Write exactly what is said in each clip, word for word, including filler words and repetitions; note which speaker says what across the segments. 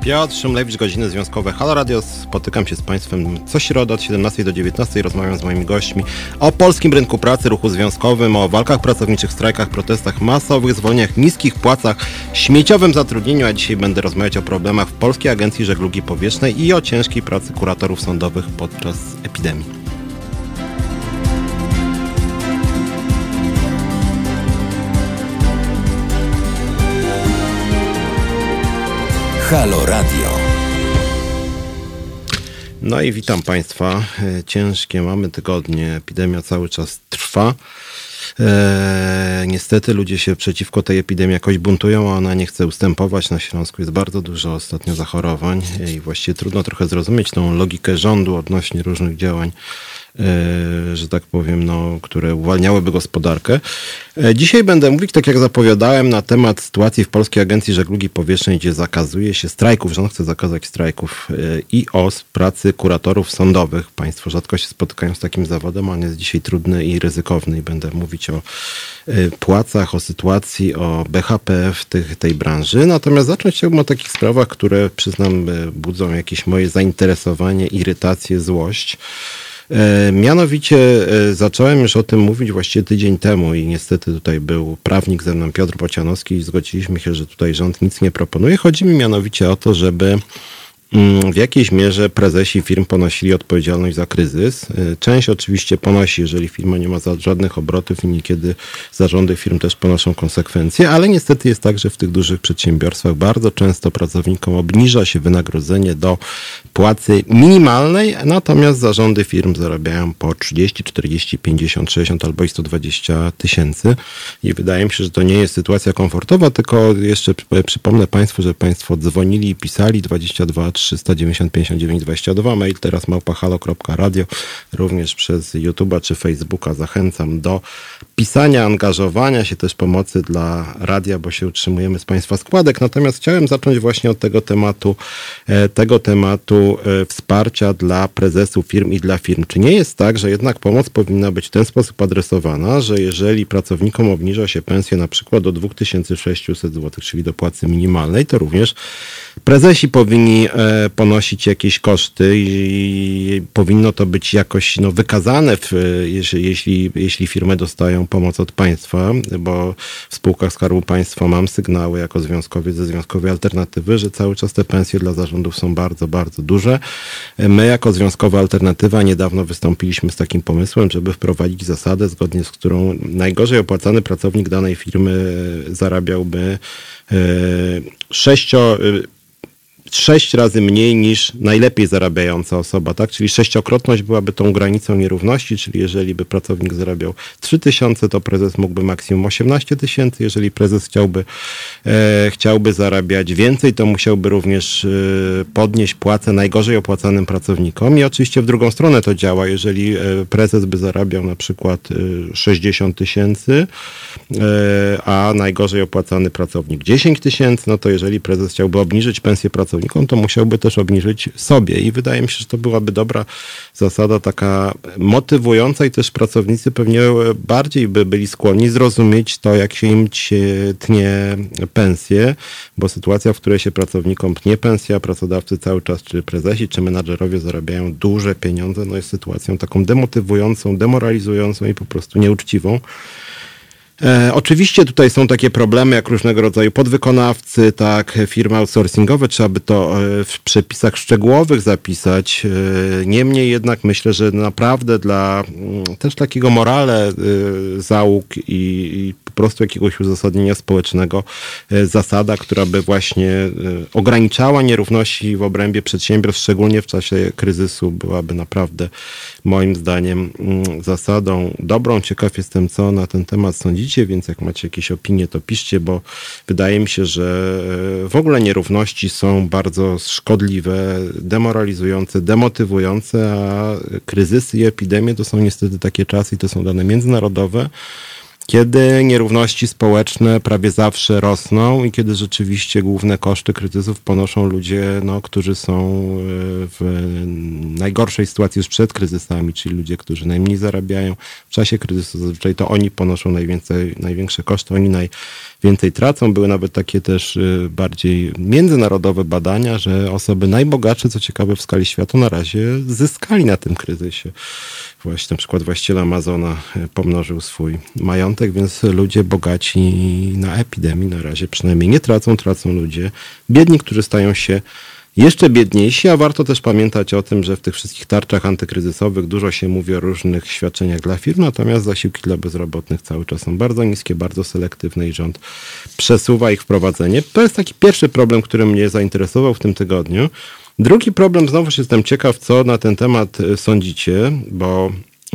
Speaker 1: Piotr Szumlewicz, Godziny Związkowe Halo Radio. Spotykam się z Państwem co środę od siedemnastej do dziewiętnastej. Rozmawiam z moimi gośćmi o polskim rynku pracy, ruchu związkowym, o walkach pracowniczych, strajkach, protestach masowych, zwolnieniach, niskich płacach, śmieciowym zatrudnieniu, a dzisiaj będę rozmawiać o problemach w Polskiej Agencji Żeglugi Powietrznej i o ciężkiej pracy kuratorów sądowych podczas epidemii.
Speaker 2: Halo Radio.
Speaker 1: No i witam Państwa. Ciężkie mamy tygodnie, epidemia cały czas trwa. Eee, niestety ludzie się przeciwko tej epidemii jakoś buntują, a ona nie chce ustępować. Na Śląsku jest bardzo dużo ostatnio zachorowań i właściwie trudno trochę zrozumieć tą logikę rządu odnośnie różnych działań, Yy, że tak powiem, no, które uwalniałyby gospodarkę. Yy, dzisiaj będę mówić, tak jak zapowiadałem, na temat sytuacji w Polskiej Agencji Żeglugi Powietrznej, gdzie zakazuje się strajków, rząd chce zakazać strajków yy, i o pracy kuratorów sądowych. Państwo rzadko się spotykają z takim zawodem, on jest dzisiaj trudny i ryzykowny i będę mówić o yy, płacach, o sytuacji, o B H P w tych, tej branży. Natomiast zacząć chciałbym o takich sprawach, które przyznam yy, budzą jakieś moje zainteresowanie, irytację, złość. Mianowicie zacząłem już o tym mówić właściwie tydzień temu i niestety tutaj był prawnik ze mną Piotr Bocianowski i zgodziliśmy się, że tutaj rząd nic nie proponuje. Chodzi mi mianowicie o to, żeby w jakiejś mierze prezesi firm ponosili odpowiedzialność za kryzys. Część oczywiście ponosi, jeżeli firma nie ma żadnych obrotów i niekiedy zarządy firm też ponoszą konsekwencje, ale niestety jest tak, że w tych dużych przedsiębiorstwach bardzo często pracownikom obniża się wynagrodzenie do płacy minimalnej, natomiast zarządy firm zarabiają po trzydzieści, czterdzieści, pięćdziesiąt, sześćdziesiąt albo i sto dwadzieścia tysięcy i wydaje mi się, że to nie jest sytuacja komfortowa, tylko jeszcze przypomnę Państwu, że Państwo dzwonili i pisali dwadzieścia dwa trzysta dziewięćdziesiąt pięćdziesiąt dziewięć dwadzieścia dwa, mail teraz małpa halo kropka radio, również przez YouTube'a czy Facebooka zachęcam do pisania, angażowania się, też pomocy dla radia, bo się utrzymujemy z Państwa składek. Natomiast chciałem zacząć właśnie od tego tematu, tego tematu wsparcia dla prezesów firm i dla firm. Czy nie jest tak, że jednak pomoc powinna być w ten sposób adresowana, że jeżeli pracownikom obniża się pensję na przykład do dwa tysiące sześćset złotych, czyli do płacy minimalnej, to również prezesi powinni ponosić jakieś koszty i powinno to być jakoś no, wykazane, w, jeśli, jeśli, jeśli firmy dostają pomoc od państwa, bo w spółkach Skarbu Państwa mam sygnały jako związkowiec ze Związkowej Alternatywy, że cały czas te pensje dla zarządów są bardzo, bardzo duże. My jako Związkowa Alternatywa niedawno wystąpiliśmy z takim pomysłem, żeby wprowadzić zasadę, zgodnie z którą najgorzej opłacany pracownik danej firmy zarabiałby sześcio sześć razy mniej niż najlepiej zarabiająca osoba, tak? Czyli sześciokrotność byłaby tą granicą nierówności, czyli jeżeli by pracownik zarabiał trzy tysiące, to prezes mógłby maksimum osiemnaście tysięcy. Jeżeli prezes chciałby, e, chciałby zarabiać więcej, to musiałby również e, podnieść płacę najgorzej opłacanym pracownikom. I oczywiście w drugą stronę to działa. Jeżeli e, prezes by zarabiał na przykład e, sześćdziesiąt tysięcy, e, a najgorzej opłacany pracownik dziesięć tysięcy, no to jeżeli prezes chciałby obniżyć pensję pracownikom, to musiałby też obniżyć sobie i wydaje mi się, że to byłaby dobra zasada, taka motywująca i też pracownicy pewnie bardziej by byli skłonni zrozumieć to, jak się im tnie pensje, bo sytuacja, w której się pracownikom tnie pensja, pracodawcy cały czas, czy prezesi, czy menadżerowie zarabiają duże pieniądze, no jest sytuacją taką demotywującą, demoralizującą i po prostu nieuczciwą. E, oczywiście tutaj są takie problemy jak różnego rodzaju podwykonawcy, tak, firmy outsourcingowe, trzeba by to e, w przepisach szczegółowych zapisać. E, niemniej jednak myślę, że naprawdę dla m, też takiego morale e, załóg i, i po prostu jakiegoś uzasadnienia społecznego e, zasada, która by właśnie e, ograniczała nierówności w obrębie przedsiębiorstw, szczególnie w czasie kryzysu, byłaby naprawdę moim zdaniem m, zasadą dobrą. Ciekaw jestem, co na ten temat sądzicie, więc jak macie jakieś opinie, to piszcie, bo wydaje mi się, że w ogóle nierówności są bardzo szkodliwe, demoralizujące, demotywujące, a kryzysy i epidemie to są niestety takie czasy i to są dane międzynarodowe, kiedy nierówności społeczne prawie zawsze rosną i kiedy rzeczywiście główne koszty kryzysów ponoszą ludzie, no, którzy są w najgorszej sytuacji już przed kryzysami, czyli ludzie, którzy najmniej zarabiają. W czasie kryzysu zazwyczaj to oni ponoszą najwięcej, największe koszty, oni naj, więcej tracą. Były nawet takie też bardziej międzynarodowe badania, że osoby najbogatsze, co ciekawe w skali świata, na razie zyskali na tym kryzysie. Właśnie na przykład właściciel Amazona pomnożył swój majątek, więc ludzie bogaci na epidemii na razie przynajmniej nie tracą, tracą ludzie biedni, którzy stają się jeszcze biedniejsi, a warto też pamiętać o tym, że w tych wszystkich tarczach antykryzysowych dużo się mówi o różnych świadczeniach dla firm, natomiast zasiłki dla bezrobotnych cały czas są bardzo niskie, bardzo selektywne i rząd przesuwa ich wprowadzenie. To jest taki pierwszy problem, który mnie zainteresował w tym tygodniu. Drugi problem, znowuż jestem ciekaw, co na ten temat sądzicie, bo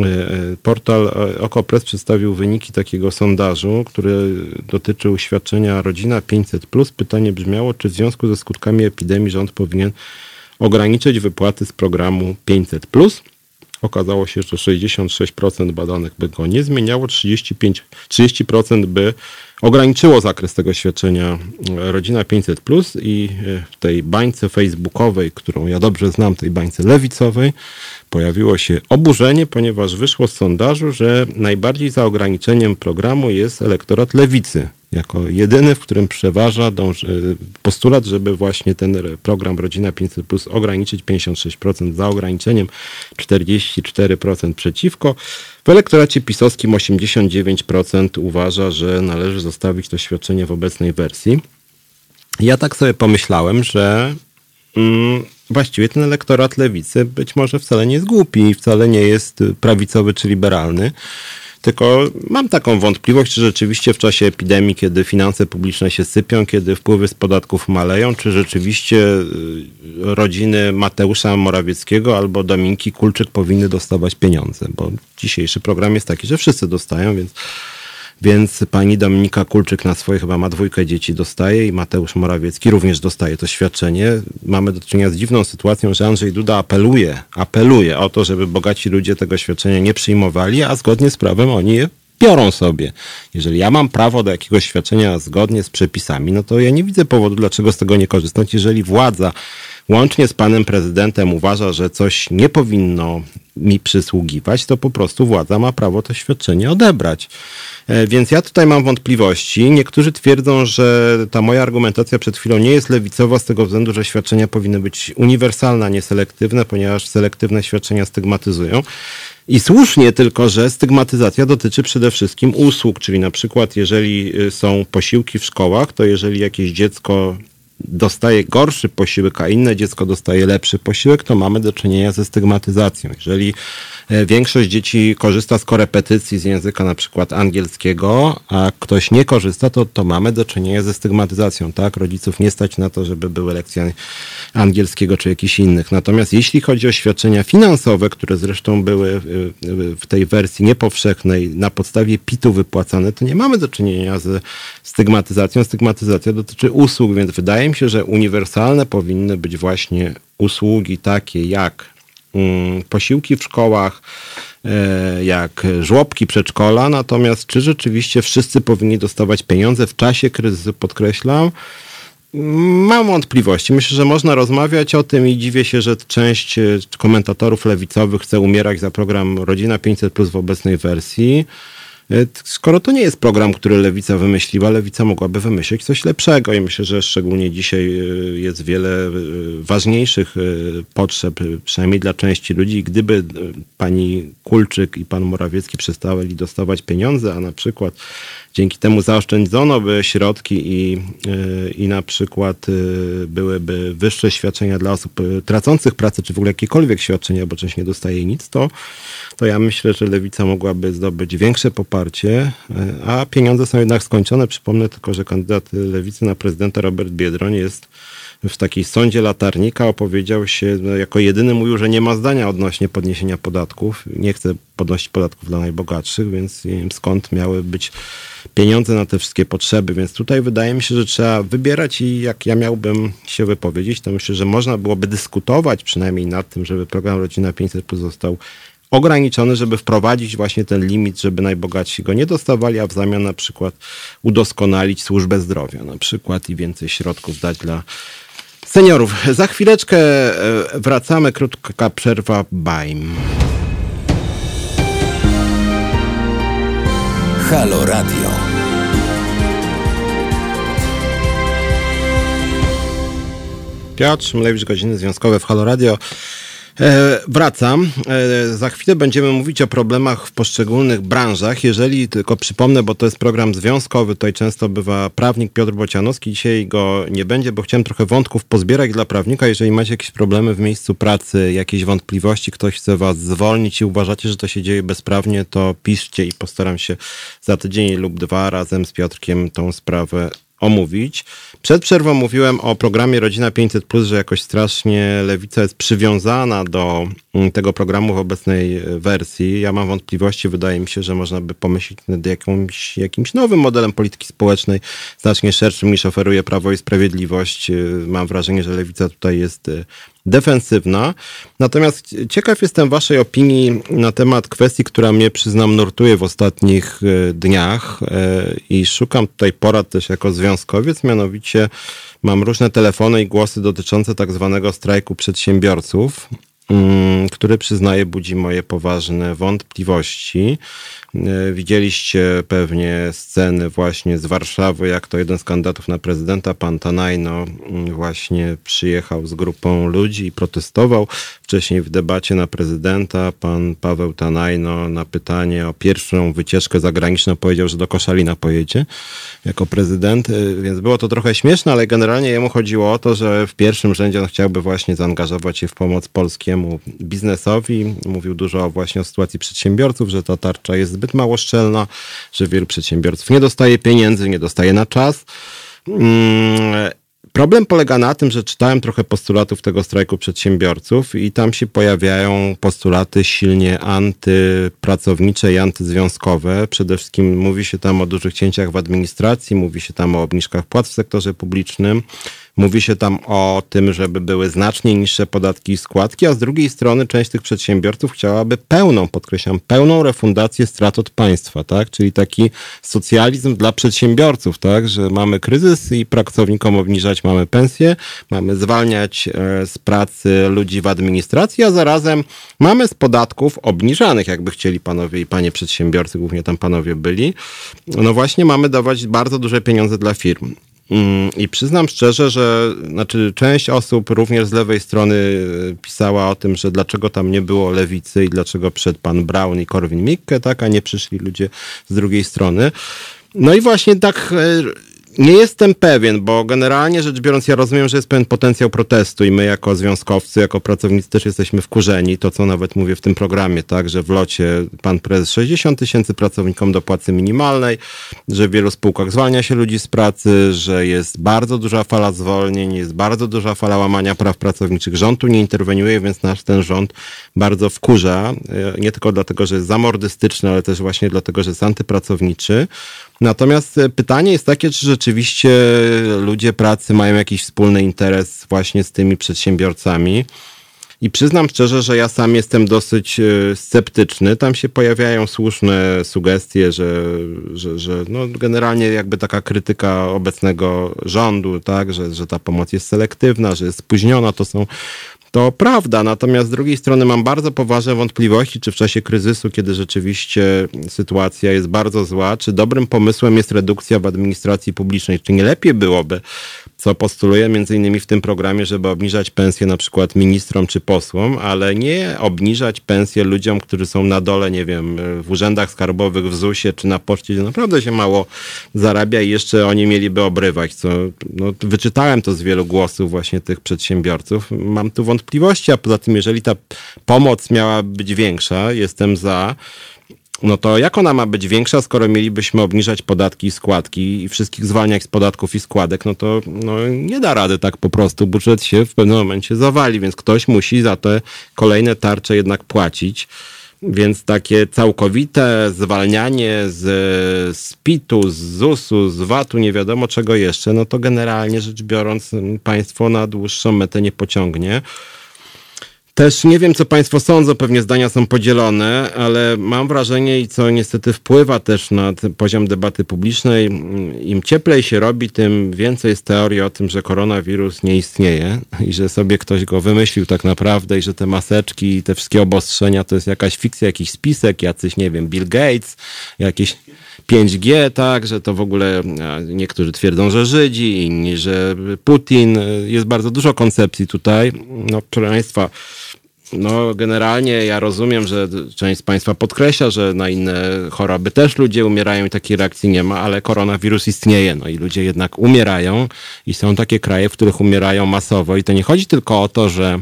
Speaker 1: portal Okopres przedstawił wyniki takiego sondażu, który dotyczył świadczenia Rodzina pięćset plus. Pytanie brzmiało, czy w związku ze skutkami epidemii rząd powinien ograniczyć wypłaty z programu pięćset plus. Okazało się, że sześćdziesiąt sześć procent badanych by go nie zmieniało, trzydzieści pięć, trzydzieści procent by ograniczyło zakres tego świadczenia Rodzina pięćset plus i w tej bańce facebookowej, którą ja dobrze znam, tej bańce lewicowej, pojawiło się oburzenie, ponieważ wyszło z sondażu, że najbardziej za ograniczeniem programu jest elektorat lewicy. Jako jedyny, w którym przeważa dąży, postulat, żeby właśnie ten program Rodzina pięćset plus ograniczyć, pięćdziesiąt sześć procent za ograniczeniem, czterdzieści cztery procent przeciwko. W elektoracie pisowskim osiemdziesiąt dziewięć procent uważa, że należy zostawić to świadczenie w obecnej wersji. Ja tak sobie pomyślałem, że mm, właściwie ten elektorat lewicy być może wcale nie jest głupi i wcale nie jest prawicowy czy liberalny. Tylko mam taką wątpliwość, czy rzeczywiście w czasie epidemii, kiedy finanse publiczne się sypią, kiedy wpływy z podatków maleją, czy rzeczywiście rodziny Mateusza Morawieckiego albo Dominiki Kulczyk powinny dostawać pieniądze. Bo dzisiejszy program jest taki, że wszyscy dostają, więc, więc pani Dominika Kulczyk na swoje chyba ma dwójkę dzieci dostaje i Mateusz Morawiecki również dostaje to świadczenie. Mamy do czynienia z dziwną sytuacją, że Andrzej Duda apeluje, apeluje o to, żeby bogaci ludzie tego świadczenia nie przyjmowali, a zgodnie z prawem oni je biorą sobie. Jeżeli ja mam prawo do jakiegoś świadczenia zgodnie z przepisami, no to ja nie widzę powodu, dlaczego z tego nie korzystać. Jeżeli władza łącznie z panem prezydentem uważa, że coś nie powinno mi przysługiwać, to po prostu władza ma prawo to świadczenie odebrać. Więc ja tutaj mam wątpliwości. Niektórzy twierdzą, że ta moja argumentacja przed chwilą nie jest lewicowa z tego względu, że świadczenia powinny być uniwersalne, a nie selektywne, ponieważ selektywne świadczenia stygmatyzują. I słusznie, tylko że stygmatyzacja dotyczy przede wszystkim usług, czyli na przykład jeżeli są posiłki w szkołach, to jeżeli jakieś dziecko dostaje gorszy posiłek, a inne dziecko dostaje lepszy posiłek, to mamy do czynienia ze stygmatyzacją. Jeżeli większość dzieci korzysta z korepetycji z języka na przykład angielskiego, a ktoś nie korzysta, to, to mamy do czynienia ze stygmatyzacją, tak? Rodziców nie stać na to, żeby były lekcje angielskiego czy jakichś innych. Natomiast jeśli chodzi o świadczenia finansowe, które zresztą były w tej wersji niepowszechnej na podstawie pitu wypłacane, to nie mamy do czynienia ze stygmatyzacją. Stygmatyzacja dotyczy usług, więc wydaje mi się, że uniwersalne powinny być właśnie usługi takie jak posiłki w szkołach, jak żłobki, przedszkola, natomiast czy rzeczywiście wszyscy powinni dostawać pieniądze w czasie kryzysu, podkreślam, mam wątpliwości. Myślę, że można rozmawiać o tym i dziwię się, że część komentatorów lewicowych chce umierać za program Rodzina pięćset plus w obecnej wersji. Skoro to nie jest program, który Lewica wymyśliła, Lewica mogłaby wymyślić coś lepszego i myślę, że szczególnie dzisiaj jest wiele ważniejszych potrzeb, przynajmniej dla części ludzi. Gdyby pani Kulczyk i pan Morawiecki przestali dostawać pieniądze, a na przykład dzięki temu zaoszczędzono by środki i, i na przykład byłyby wyższe świadczenia dla osób tracących pracę, czy w ogóle jakiekolwiek świadczenia, bo część nie dostaje nic, to, to ja myślę, że Lewica mogłaby zdobyć większe poparcie, a pieniądze są jednak skończone. Przypomnę tylko, że kandydat Lewicy na prezydenta Robert Biedroń jest w takiej sądzie latarnika, opowiedział się, no, jako jedyny mówił, że nie ma zdania odnośnie podniesienia podatków. Nie chce podnosić podatków dla najbogatszych, więc nie wiem skąd miały być pieniądze na te wszystkie potrzeby. Więc tutaj wydaje mi się, że trzeba wybierać i jak ja miałbym się wypowiedzieć, to myślę, że można byłoby dyskutować przynajmniej nad tym, żeby program Rodzina pięćset plus został ograniczony, żeby wprowadzić właśnie ten limit, żeby najbogatsi go nie dostawali, a w zamian na przykład udoskonalić służbę zdrowia na przykład i więcej środków dać dla seniorów. Za chwileczkę wracamy, krótka przerwa, bajm.
Speaker 2: Halo Radio.
Speaker 1: Piotr Szymlewicz, Godziny Związkowe w Halo Radio. E, wracam. E, za chwilę będziemy mówić o problemach w poszczególnych branżach. Jeżeli tylko przypomnę, bo to jest program związkowy, tutaj często bywa prawnik Piotr Bocianowski. Dzisiaj go nie będzie, bo chciałem trochę wątków pozbierać dla prawnika. Jeżeli macie jakieś problemy w miejscu pracy, jakieś wątpliwości, ktoś chce was zwolnić i uważacie, że to się dzieje bezprawnie, to piszcie i postaram się za tydzień lub dwa razem z Piotrkiem tą sprawę omówić. Przed przerwą mówiłem o programie Rodzina pięćset plus, że jakoś strasznie lewica jest przywiązana do tego programu w obecnej wersji. Ja mam wątpliwości, wydaje mi się, że można by pomyśleć nad jakimś, jakimś nowym modelem polityki społecznej, znacznie szerszym niż oferuje Prawo i Sprawiedliwość. Mam wrażenie, że lewica tutaj jest defensywna. Natomiast ciekaw jestem waszej opinii na temat kwestii, która mnie, przyznam, nurtuje w ostatnich dniach i szukam tutaj porad też jako związkowiec, mianowicie mam różne telefony i głosy dotyczące tak zwanego strajku przedsiębiorców, który, przyznaję, budzi moje poważne wątpliwości. Widzieliście pewnie sceny właśnie z Warszawy, jak to jeden z kandydatów na prezydenta, pan Tanajno, właśnie przyjechał z grupą ludzi i protestował. Wcześniej w debacie na prezydenta pan Paweł Tanajno na pytanie o pierwszą wycieczkę zagraniczną powiedział, że do Koszalina pojedzie jako prezydent, więc było to trochę śmieszne, ale generalnie jemu chodziło o to, że w pierwszym rzędzie on chciałby właśnie zaangażować się w pomoc polskiemu biznesowi. Mówił dużo właśnie o sytuacji przedsiębiorców, że ta tarcza jest zbyt mało szczelna, że wielu przedsiębiorców nie dostaje pieniędzy, nie dostaje na czas. Problem polega na tym, że czytałem trochę postulatów tego strajku przedsiębiorców i tam się pojawiają postulaty silnie antypracownicze i antyzwiązkowe. Przede wszystkim mówi się tam o dużych cięciach w administracji, mówi się tam o obniżkach płac w sektorze publicznym. Mówi się tam o tym, żeby były znacznie niższe podatki i składki, a z drugiej strony część tych przedsiębiorców chciałaby pełną, podkreślam, pełną refundację strat od państwa, tak? Czyli taki socjalizm dla przedsiębiorców, tak? Że mamy kryzys i pracownikom obniżać mamy pensje, mamy zwalniać z pracy ludzi w administracji, a zarazem mamy z podatków obniżanych, jakby chcieli panowie i panie przedsiębiorcy, głównie tam panowie byli, no właśnie mamy dawać bardzo duże pieniądze dla firm. I przyznam szczerze, że znaczy część osób również z lewej strony pisała o tym, że dlaczego tam nie było lewicy i dlaczego przyszedł pan Braun i Korwin-Mikke, tak, a nie przyszli ludzie z drugiej strony. No i właśnie tak nie jestem pewien, bo generalnie rzecz biorąc ja rozumiem, że jest pewien potencjał protestu i my jako związkowcy, jako pracownicy też jesteśmy wkurzeni. To, co nawet mówię w tym programie, tak, że w locie pan prezes sześćdziesiąt tysięcy pracownikom do płacy minimalnej, że w wielu spółkach zwalnia się ludzi z pracy, że jest bardzo duża fala zwolnień, jest bardzo duża fala łamania praw pracowniczych. Rząd tu nie interweniuje, więc nasz ten rząd bardzo wkurza. Nie tylko dlatego, że jest zamordystyczny, ale też właśnie dlatego, że jest antypracowniczy. Natomiast pytanie jest takie, czy rzeczywiście ludzie pracy mają jakiś wspólny interes właśnie z tymi przedsiębiorcami. I przyznam szczerze, że ja sam jestem dosyć sceptyczny. Tam się pojawiają słuszne sugestie, że, że, że no generalnie jakby taka krytyka obecnego rządu, tak, że, że ta pomoc jest selektywna, że jest spóźniona, to są To prawda, natomiast z drugiej strony mam bardzo poważne wątpliwości, czy w czasie kryzysu, kiedy rzeczywiście sytuacja jest bardzo zła, czy dobrym pomysłem jest redukcja w administracji publicznej. Czy nie lepiej byłoby, co postuluję między innymi w tym programie, żeby obniżać pensje na przykład ministrom czy posłom, ale nie obniżać pensje ludziom, którzy są na dole, nie wiem, w urzędach skarbowych, w zusie czy na poczcie, gdzie naprawdę się mało zarabia i jeszcze oni mieliby obrywać. Co, no, wyczytałem to z wielu głosów właśnie tych przedsiębiorców. Mam tu wątpliwości, a poza tym, jeżeli ta pomoc miała być większa, jestem za, no to jak ona ma być większa, skoro mielibyśmy obniżać podatki i składki i wszystkich zwalniać z podatków i składek, no to no, nie da rady tak po prostu. Budżet się w pewnym momencie zawali, więc ktoś musi za te kolejne tarcze jednak płacić. Więc takie całkowite zwalnianie z, z pitu, z zusu, z vatu, nie wiadomo czego jeszcze, no to generalnie rzecz biorąc państwo na dłuższą metę nie pociągnie. Też nie wiem, co państwo sądzą, pewnie zdania są podzielone, ale mam wrażenie i co niestety wpływa też na ten poziom debaty publicznej, im cieplej się robi, tym więcej jest teorii o tym, że koronawirus nie istnieje i że sobie ktoś go wymyślił tak naprawdę i że te maseczki i te wszystkie obostrzenia to jest jakaś fikcja, jakiś spisek, jacyś, nie wiem, Bill Gates, jakieś pięć G, tak, że to w ogóle niektórzy twierdzą, że Żydzi, inni, że Putin. Jest bardzo dużo koncepcji tutaj. No, proszę Państwa, no generalnie ja rozumiem, że część z Państwa podkreśla, że na inne choroby też ludzie umierają i takiej reakcji nie ma, ale koronawirus istnieje, no i ludzie jednak umierają i są takie kraje, w których umierają masowo i to nie chodzi tylko o to, że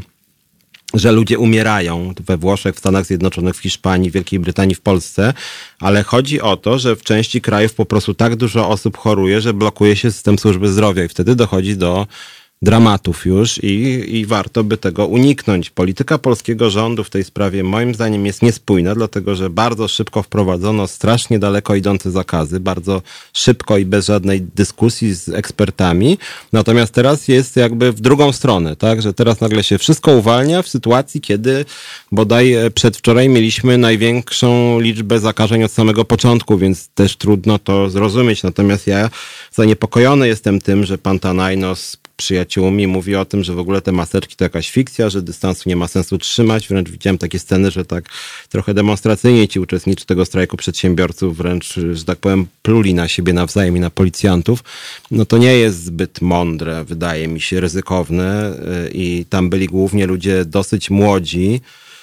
Speaker 1: że ludzie umierają we Włoszech, w Stanach Zjednoczonych, w Hiszpanii, w Wielkiej Brytanii, w Polsce, ale chodzi o to, że w części krajów po prostu tak dużo osób choruje, że blokuje się system służby zdrowia i wtedy dochodzi do dramatów już i, i warto by tego uniknąć. Polityka polskiego rządu w tej sprawie moim zdaniem jest niespójna, dlatego że bardzo szybko wprowadzono strasznie daleko idące zakazy, bardzo szybko i bez żadnej dyskusji z ekspertami, natomiast teraz jest jakby w drugą stronę, tak, że teraz nagle się wszystko uwalnia w sytuacji, kiedy bodaj przedwczoraj mieliśmy największą liczbę zakażeń od samego początku, więc też trudno to zrozumieć, natomiast ja zaniepokojony jestem tym, że pan Tanajno z przyjaciółmi mówi o tym, że w ogóle te maseczki to jakaś fikcja, że dystansu nie ma sensu trzymać. Wręcz widziałem takie sceny, że tak trochę demonstracyjnie ci uczestnicy tego strajku przedsiębiorców wręcz, że tak powiem, pluli na siebie nawzajem i na policjantów. No to nie jest zbyt mądre, wydaje mi się, ryzykowne i tam byli głównie ludzie dosyć młodzi,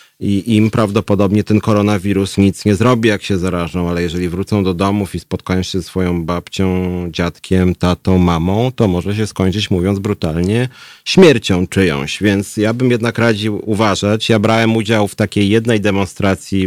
Speaker 1: i im prawdopodobnie ten koronawirus nic nie zrobi, jak się zarażą, ale jeżeli wrócą do domów i spotkają się ze swoją babcią, dziadkiem, tatą, mamą, to może się skończyć, mówiąc brutalnie, śmiercią czyjąś. Więc ja bym jednak radził uważać. Ja brałem udział w takiej jednej demonstracji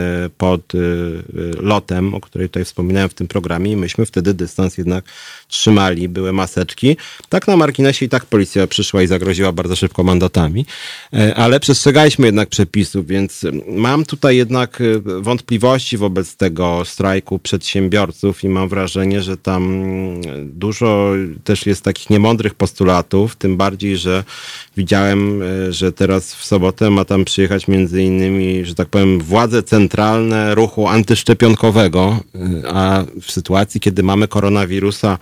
Speaker 1: pod lotem, o której tutaj wspominałem w tym programie i myśmy wtedy dystans jednak trzymali, były maseczki. Tak na marginesie i tak policja przyszła i zagroziła bardzo szybko mandatami, ale przestrzegaliśmy jednak przepisów, więc mam tutaj jednak wątpliwości wobec tego strajku przedsiębiorców i mam wrażenie, że tam dużo też jest takich niemądrych postulatów, tym bardziej, że widziałem, że teraz w sobotę ma tam przyjechać między innymi, że tak powiem, władze centralne ruchu antyszczepionkowego, a w sytuacji, kiedy mamy koronawirusa,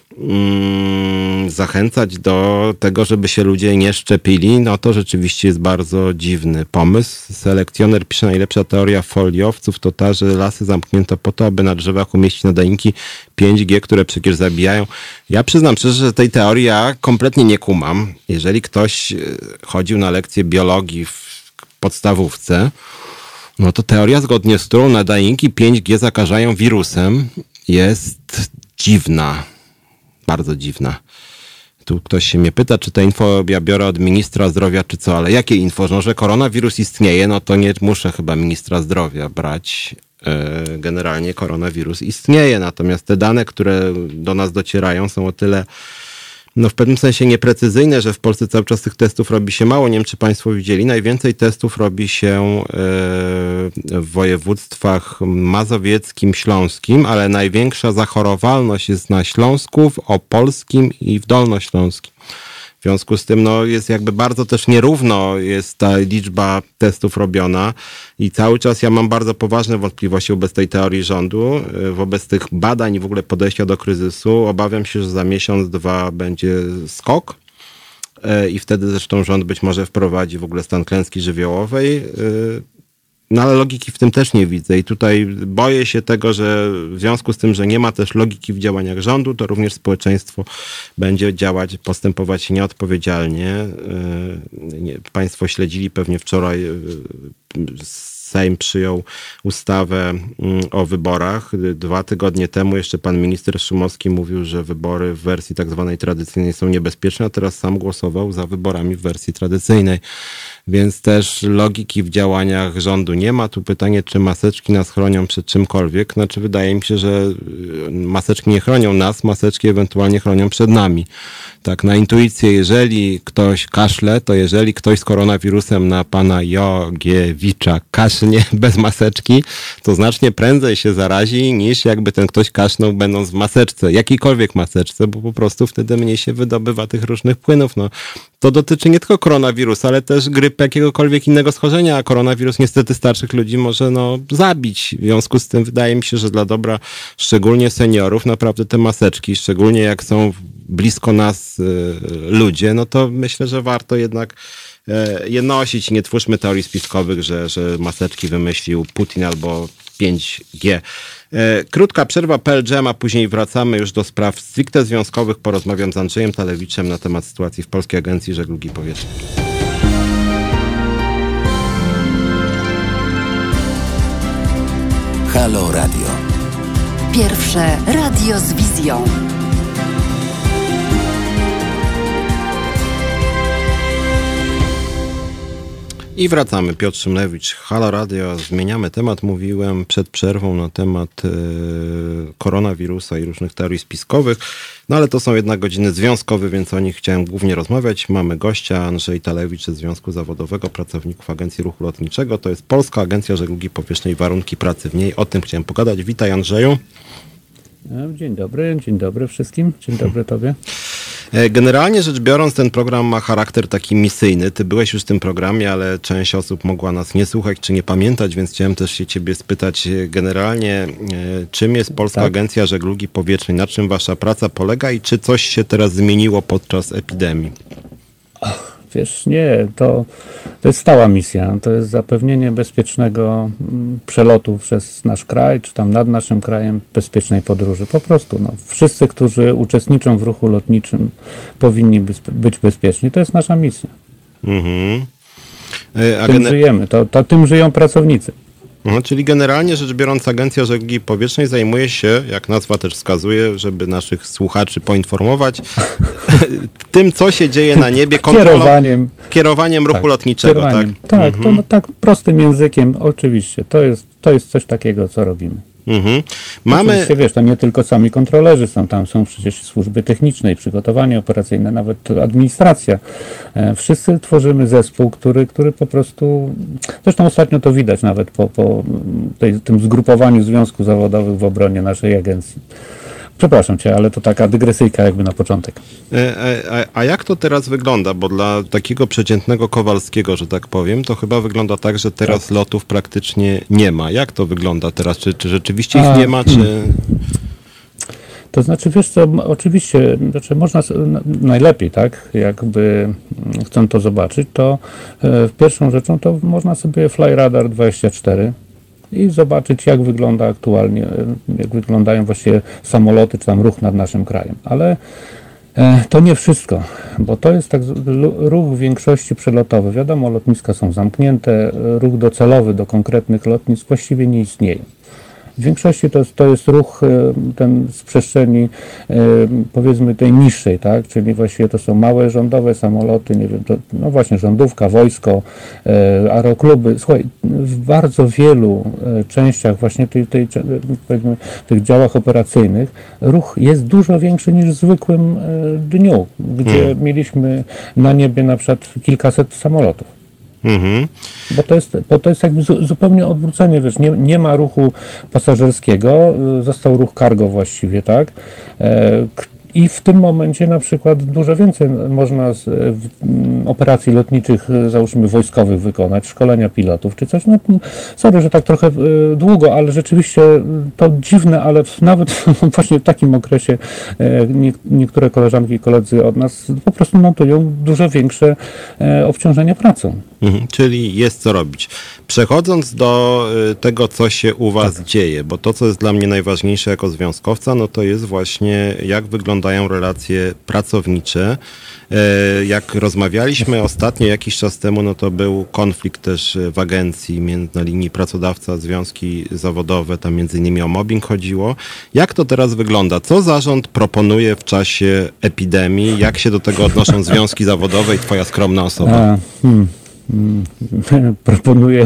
Speaker 1: zachęcać do tego, żeby się ludzie nie szczepili, no to rzeczywiście jest bardzo dziwny pomysł. Selekcjoner pisze, najlepsza teoria foliowców to ta, że lasy zamknięto po to, aby na drzewach umieścić nadajniki pięć G, które przecież zabijają. Ja przyznam szczerze, że tej teorii ja kompletnie nie kumam. Jeżeli ktoś chodził na lekcję biologii w podstawówce, no to teoria, zgodnie z którą nadajniki pięć G zakażają wirusem, jest dziwna. Bardzo dziwna. Tu ktoś się mnie pyta, czy te info ja biorę od ministra zdrowia, czy co, ale jakie info? No, że koronawirus istnieje, no to nie muszę chyba ministra zdrowia brać. Generalnie koronawirus istnieje, natomiast te dane, które do nas docierają, są o tyle no w pewnym sensie nieprecyzyjne, że w Polsce cały czas tych testów robi się mało. Nie wiem, czy Państwo widzieli. Najwięcej testów robi się w województwach mazowieckim, śląskim, ale największa zachorowalność jest na Śląsku, w Opolskim i w Dolnośląskim. W związku z tym no, jest jakby bardzo też nierówno jest ta liczba testów robiona i cały czas ja mam bardzo poważne wątpliwości wobec tej teorii rządu, wobec tych badań i w ogóle podejścia do kryzysu. Obawiam się, że za miesiąc, dwa będzie skok i wtedy zresztą rząd być może wprowadzi w ogóle stan klęski żywiołowej. No ale logiki w tym też nie widzę i tutaj boję się tego, że w związku z tym, że nie ma też logiki w działaniach rządu, to również społeczeństwo będzie działać, postępować nieodpowiedzialnie. Państwo śledzili pewnie wczoraj, Sejm przyjął ustawę o wyborach. Dwa tygodnie temu jeszcze pan minister Szumowski mówił, że wybory w wersji tak zwanej tradycyjnej są niebezpieczne, a teraz sam głosował za wyborami w wersji tradycyjnej. Więc też logiki w działaniach rządu nie ma. Tu pytanie, czy maseczki nas chronią przed czymkolwiek. Znaczy wydaje mi się, że maseczki nie chronią nas, maseczki ewentualnie chronią przed nami. Tak, na intuicję, jeżeli ktoś kaszle, to jeżeli ktoś z koronawirusem na pana Jogiewicza kaszle bez maseczki, to znacznie prędzej się zarazi, niż jakby ten ktoś kaszlał będąc w maseczce, jakiejkolwiek maseczce, bo po prostu wtedy mniej się wydobywa tych różnych płynów. No, to dotyczy nie tylko koronawirusa, ale też grypy, jakiegokolwiek innego schorzenia, a koronawirus niestety starszych ludzi może no, zabić. W związku z tym wydaje mi się, że dla dobra szczególnie seniorów naprawdę te maseczki, szczególnie jak są blisko nas y, ludzie, no to myślę, że warto jednak y, je nosić. Nie twórzmy teorii spiskowych, że, że maseczki wymyślił Putin albo pięć G. Krótka przerwa, P L Jam, a później wracamy już do spraw stricte związkowych. Porozmawiam z Andrzejem Talewiczem na temat sytuacji w Polskiej Agencji Żeglugi Powietrznej.
Speaker 2: Halo Radio.
Speaker 3: Pierwsze radio z wizją.
Speaker 1: I wracamy. Piotr Szymlewicz, Halo Radio. Zmieniamy temat. Mówiłem przed przerwą na temat e, koronawirusa i różnych teorii spiskowych. No ale to są jednak godziny związkowe, więc o nich chciałem głównie rozmawiać. Mamy gościa, Andrzej Talewicz ze Związku Zawodowego Pracowników Agencji Ruchu Lotniczego. To jest Polska Agencja Żeglugi Powietrznej, warunki pracy w niej. O tym chciałem pogadać. Witaj, Andrzeju.
Speaker 4: Dzień dobry, dzień dobry wszystkim. Dzień dobry tobie.
Speaker 1: Generalnie rzecz biorąc, ten program ma charakter taki misyjny. Ty byłeś już w tym programie, ale część osób mogła nas nie słuchać czy nie pamiętać, więc chciałem też się ciebie spytać generalnie, czym jest Polska tak. Agencja Żeglugi Powietrznej, na czym wasza praca polega i czy coś się teraz zmieniło podczas epidemii?
Speaker 4: Wiesz, nie, to, to jest stała misja. To jest zapewnienie bezpiecznego przelotu przez nasz kraj, czy tam nad naszym krajem, bezpiecznej podróży. Po prostu, no, wszyscy, którzy uczestniczą w ruchu lotniczym, powinni być bezpieczni. To jest nasza misja. Mhm. A tym gener- żyjemy, to, to tym żyją pracownicy.
Speaker 1: No, czyli generalnie rzecz biorąc, Agencja Żeglugi Powietrznej zajmuje się, jak nazwa też wskazuje, żeby naszych słuchaczy poinformować, tym, co się dzieje na niebie, kontrolą, kierowaniem, kierowaniem ruchu tak,
Speaker 4: lotniczego. Kierowaniem. Tak, tak mhm. to no, tak prostym językiem, oczywiście. To jest, to jest coś takiego, co robimy. Mhm. Mamy... Oczywiście, wiesz, to nie tylko sami kontrolerzy są, tam są przecież służby techniczne i przygotowanie operacyjne, nawet administracja. Wszyscy tworzymy zespół, który, który po prostu, zresztą ostatnio to widać nawet po, po tej, tym zgrupowaniu związków zawodowych w obronie naszej agencji. Przepraszam cię, ale to taka dygresyjka jakby na początek.
Speaker 1: A, a, a jak to teraz wygląda? Bo dla takiego przeciętnego Kowalskiego, że tak powiem, to chyba wygląda tak, że teraz tak. lotów praktycznie nie ma. Jak to wygląda teraz? Czy, czy rzeczywiście ich a, nie ma, czy...
Speaker 4: To znaczy, wiesz co, oczywiście, znaczy można, najlepiej, tak, jakby chcą to zobaczyć, to e, pierwszą rzeczą to można sobie FlyRadar dwadzieścia cztery i zobaczyć, jak wygląda aktualnie, jak wyglądają właściwie samoloty, czy tam ruch nad naszym krajem. Ale e, to nie wszystko, bo to jest tak ruch w większości przelotowy. Wiadomo, lotniska są zamknięte, ruch docelowy do konkretnych lotnisk właściwie nie istnieje. W większości to jest, to jest ruch ten z przestrzeni powiedzmy tej niższej, tak? Czyli właściwie to są małe rządowe samoloty, nie wiem, to, no właśnie rządówka, wojsko, aerokluby. Słuchaj, w bardzo wielu częściach właśnie tej, tej, powiedzmy, tych działach operacyjnych ruch jest dużo większy niż w zwykłym dniu, gdzie hmm. mieliśmy na niebie na przykład kilkaset samolotów. Mhm. Bo to jest, bo to jest jakby zupełnie odwrócenie, wiesz, nie, nie ma ruchu pasażerskiego, został ruch cargo właściwie, tak? E, I w tym momencie na przykład dużo więcej można z w, operacji lotniczych, załóżmy wojskowych wykonać, szkolenia pilotów czy coś. No, sorry, że tak trochę y, długo, ale rzeczywiście to dziwne, ale nawet właśnie w takim okresie y, nie, niektóre koleżanki i koledzy od nas po prostu notują dużo większe y, obciążenie pracą.
Speaker 1: Mhm, czyli jest co robić. Przechodząc do y, tego, co się u was tak. dzieje, bo to, co jest dla mnie najważniejsze jako związkowca, no to jest właśnie jak wyglądają relacje pracownicze. Y, jak rozmawialiśmy ostatnio jakiś czas temu, no to był konflikt też w agencji między, na linii pracodawca-związki zawodowe, tam między innymi o mobbing chodziło. Jak to teraz wygląda? Co zarząd proponuje w czasie epidemii? Jak się do tego odnoszą związki zawodowe i twoja skromna osoba?
Speaker 4: A, hmm. Proponuję,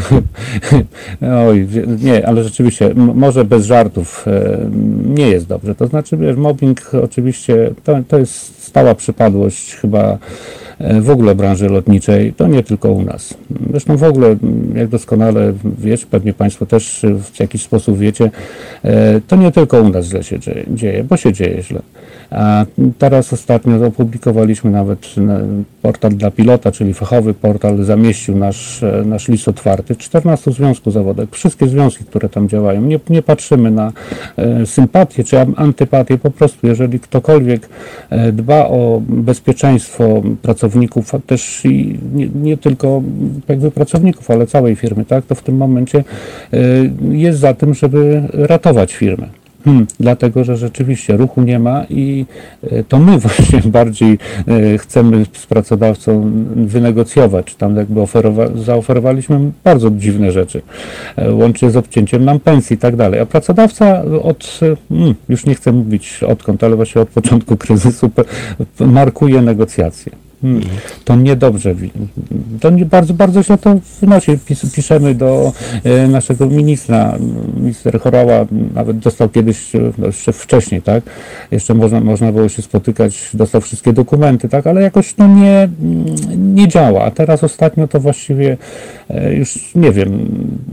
Speaker 4: oj, nie, ale rzeczywiście, m- może bez żartów, e, nie jest dobrze. To znaczy, wiesz, mobbing oczywiście to, to jest stała przypadłość chyba e, w ogóle branży lotniczej, to nie tylko u nas. Zresztą w ogóle, jak doskonale wiesz, pewnie Państwo też w jakiś sposób wiecie, e, to nie tylko u nas źle się dzieje, dzieje, bo się dzieje źle. A teraz ostatnio opublikowaliśmy nawet portal dla pilota, czyli fachowy portal, zamieścił nasz, nasz list otwarty, czternastu związków zawodowych, wszystkie związki, które tam działają. Nie, nie patrzymy na e, sympatię czy antypatię, po prostu jeżeli ktokolwiek e, dba o bezpieczeństwo pracowników, pracowników, a też i nie, nie tylko jakby pracowników, ale całej firmy, tak, to w tym momencie jest za tym, żeby ratować firmę. Hmm, dlatego, że rzeczywiście ruchu nie ma i to my właśnie bardziej chcemy z pracodawcą wynegocjować. Tam jakby oferowa- zaoferowaliśmy bardzo dziwne rzeczy, łącznie z obcięciem nam pensji i tak dalej. A pracodawca od, hmm, już nie chcę mówić odkąd, ale właśnie od początku kryzysu markuje negocjacje. Hmm. To niedobrze, to nie, bardzo, bardzo źle to wnosi. Pis, piszemy do e, naszego ministra, minister Horała nawet dostał kiedyś, no jeszcze wcześniej, tak, jeszcze można, można było się spotykać, dostał wszystkie dokumenty, tak, ale jakoś to nie, nie działa, a teraz ostatnio to właściwie e, już nie wiem,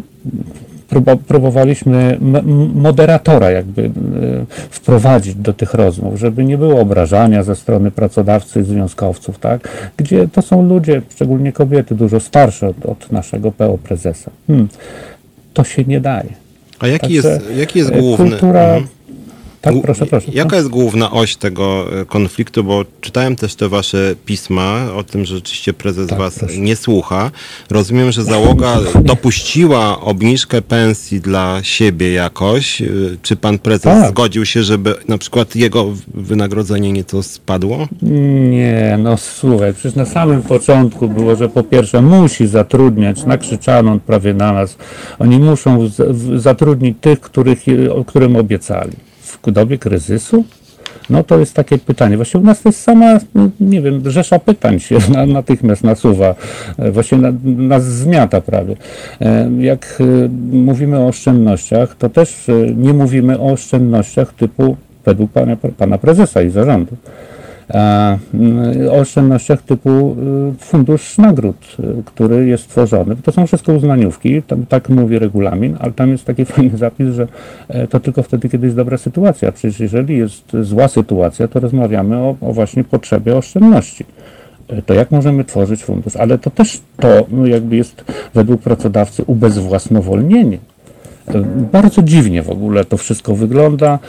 Speaker 4: próbowaliśmy moderatora jakby wprowadzić do tych rozmów, żeby nie było obrażania ze strony pracodawcy i związkowców, tak? Gdzie to są ludzie, szczególnie kobiety, dużo starsze od, od naszego P O prezesa. Hmm. To się nie daje.
Speaker 1: A jaki,
Speaker 4: Także
Speaker 1: jest, jaki jest główny...
Speaker 4: Kultura...
Speaker 1: Mhm.
Speaker 4: Tak, proszę, proszę.
Speaker 1: Jaka jest główna oś tego konfliktu, bo czytałem też te wasze pisma o tym, że rzeczywiście prezes
Speaker 4: Tak,
Speaker 1: was
Speaker 4: proszę.
Speaker 1: nie słucha. Rozumiem, że załoga dopuściła obniżkę pensji dla siebie jakoś. Czy pan prezes
Speaker 4: Tak.
Speaker 1: zgodził się, żeby na przykład jego wynagrodzenie nieco spadło?
Speaker 4: Nie, no słuchaj, przecież na samym początku było, że po pierwsze musi zatrudniać, nakrzyczano prawie na nas, oni muszą z, w, zatrudnić tych, których, którym obiecali. W dobie kryzysu? No to jest takie pytanie. Właśnie u nas to jest sama, nie wiem, rzesza pytań się na, natychmiast nasuwa. Właśnie na, nas zmiata prawie. Jak mówimy o oszczędnościach, to też nie mówimy o oszczędnościach typu według pana, pana prezesa i zarządu. A o oszczędnościach typu fundusz nagród, który jest tworzony. To są wszystko uznaniówki, tam, tak mówi regulamin, ale tam jest taki fajny zapis, że to tylko wtedy, kiedy jest dobra sytuacja. Przecież jeżeli jest zła sytuacja, to rozmawiamy o, o właśnie potrzebie oszczędności. To jak możemy tworzyć fundusz? Ale to też to no jakby jest według pracodawcy ubezwłasnowolnienie. Bardzo dziwnie w ogóle to wszystko wygląda.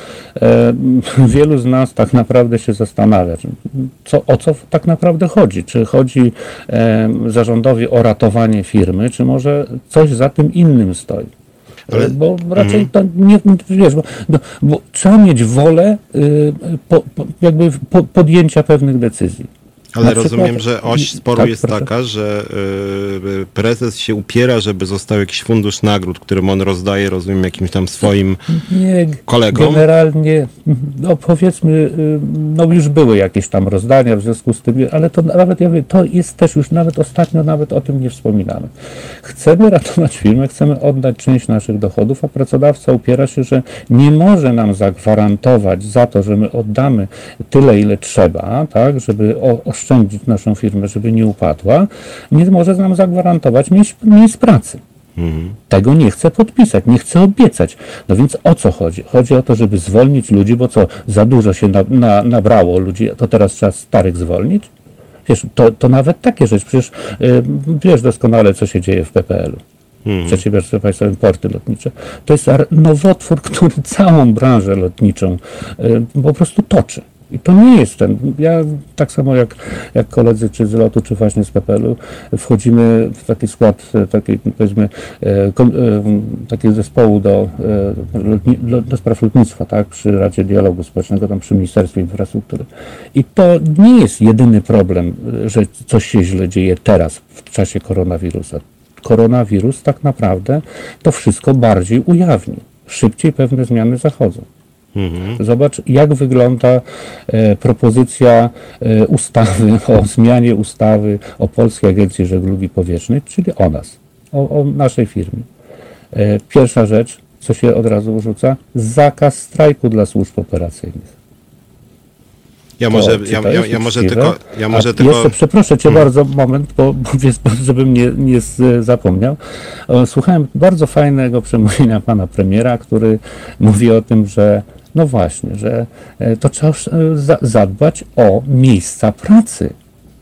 Speaker 4: Wielu z nas tak naprawdę się zastanawia, co, o co tak naprawdę chodzi. Czy chodzi zarządowi o ratowanie firmy, czy może coś za tym innym stoi. Ale... Bo raczej to nie, wiesz, bo, bo, bo trzeba mieć wolę po, po, jakby po, podjęcia pewnych decyzji.
Speaker 1: Ale
Speaker 4: Na
Speaker 1: rozumiem,
Speaker 4: przykład,
Speaker 1: że oś sporu
Speaker 4: tak,
Speaker 1: jest
Speaker 4: proszę.
Speaker 1: taka, że y, prezes się upiera, żeby został jakiś fundusz nagród, którym on rozdaje, rozumiem, jakimś tam swoim
Speaker 4: Nie,
Speaker 1: kolegom.
Speaker 4: Generalnie, no powiedzmy, no już były jakieś tam rozdania w związku z tym, ale to nawet, ja wiem, to jest też już nawet ostatnio nawet o tym nie wspominamy. Chcemy ratować firmę, chcemy oddać część naszych dochodów, a pracodawca upiera się, że nie może nam zagwarantować za to, że my oddamy tyle, ile trzeba, tak, żeby o, oszczędzić naszą firmę, żeby nie upadła, nie może nam zagwarantować miejsc, miejsc pracy. Mhm. Tego nie chce podpisać, nie chce obiecać. No więc o co chodzi? Chodzi o to, żeby zwolnić ludzi, bo co, za dużo się na, na, nabrało ludzi, to teraz trzeba starych zwolnić? Wiesz, to, to nawet takie rzeczy, przecież yy, wiesz doskonale, co się dzieje w P P L-u. Hmm. Przedsiębiorstwie Państwowym Porty Lotnicze. To jest nowotwór, który całą branżę lotniczą yy, po prostu toczy. I to nie jest ten, ja tak samo jak, jak koledzy czy z lotu, czy właśnie z P P L-u wchodzimy w taki skład takiej, powiedzmy, takiego zespołu do, do, do spraw lotnictwa, tak, przy Radzie Dialogu Społecznego, tam przy Ministerstwie Infrastruktury. I to nie jest jedyny problem, że coś się źle dzieje teraz w czasie koronawirusa. Koronawirus tak naprawdę to wszystko bardziej ujawni. Szybciej pewne zmiany zachodzą. Mhm. Zobacz, jak wygląda e, propozycja e, ustawy o zmianie ustawy o Polskiej Agencji Żeglugi Powietrznej, czyli o nas, o, o naszej firmie. E, pierwsza rzecz, co się od razu rzuca, zakaz strajku dla służb operacyjnych.
Speaker 1: Ja może, to, ja, ja, ja może tylko... Ja może tylko...
Speaker 4: Jeszcze przeproszę Cię hmm. bardzo, moment, bo, bo żebym nie, nie zapomniał. Słuchałem bardzo fajnego przemówienia pana premiera, który mówi o tym, że no właśnie, że to trzeba zadbać o miejsca pracy.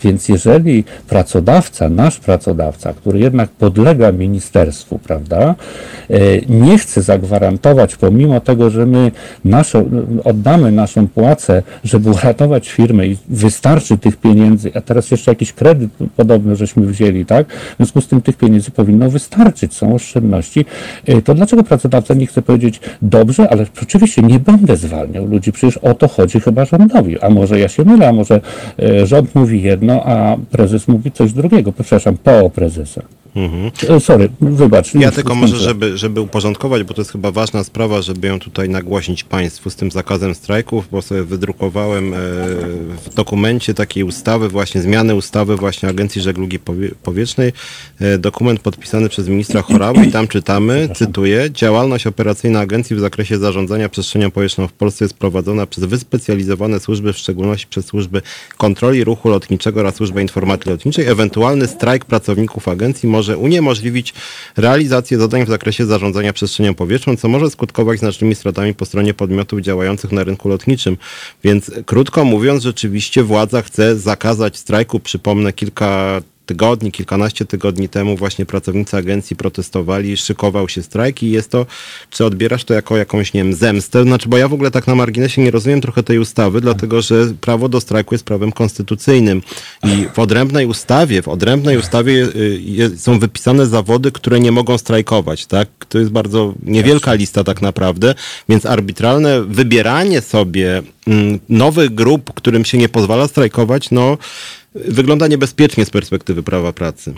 Speaker 4: Więc jeżeli pracodawca, nasz pracodawca, który jednak podlega ministerstwu, prawda, nie chce zagwarantować, pomimo tego, że my naszą, oddamy naszą płacę, żeby uratować firmę i wystarczy tych pieniędzy, a teraz jeszcze jakiś kredyt podobny żeśmy wzięli, tak? W związku z tym tych pieniędzy powinno wystarczyć, są oszczędności, to dlaczego pracodawca nie chce powiedzieć, dobrze, ale oczywiście nie będę zwalniał ludzi, przecież o to chodzi chyba rządowi, a może ja się mylę, a może rząd mówi jedno, a prezes mówi coś drugiego, przepraszam, po prezesa. Mhm. Sorry, wybacz.
Speaker 1: Ja tylko może, żeby, żeby uporządkować, bo to jest chyba ważna sprawa, żeby ją tutaj nagłośnić Państwu z tym zakazem strajków, bo sobie wydrukowałem w dokumencie takiej ustawy, właśnie zmiany ustawy właśnie Agencji Żeglugi Powietrznej, dokument podpisany przez ministra Horałę i tam czytamy, cytuję, działalność operacyjna agencji w zakresie zarządzania przestrzenią powietrzną w Polsce jest prowadzona przez wyspecjalizowane służby, w szczególności przez służby kontroli ruchu lotniczego oraz służbę informacji lotniczej. Ewentualny strajk pracowników agencji może może uniemożliwić realizację zadań w zakresie zarządzania przestrzenią powietrzną, co może skutkować znacznymi stratami po stronie podmiotów działających na rynku lotniczym. Więc krótko mówiąc, rzeczywiście władza chce zakazać strajku. Przypomnę, kilka tygodni, kilkanaście tygodni temu właśnie pracownicy agencji protestowali, szykował się strajk i jest to, czy odbierasz to jako jakąś, nie wiem, zemstę? Znaczy, bo ja w ogóle tak na marginesie nie rozumiem trochę tej ustawy, dlatego że prawo do strajku jest prawem konstytucyjnym i w odrębnej ustawie, w odrębnej ustawie są wypisane zawody, które nie mogą strajkować, tak? To jest bardzo niewielka lista tak naprawdę, więc arbitralne wybieranie sobie nowych grup, którym się nie pozwala strajkować, no wygląda niebezpiecznie z perspektywy prawa pracy.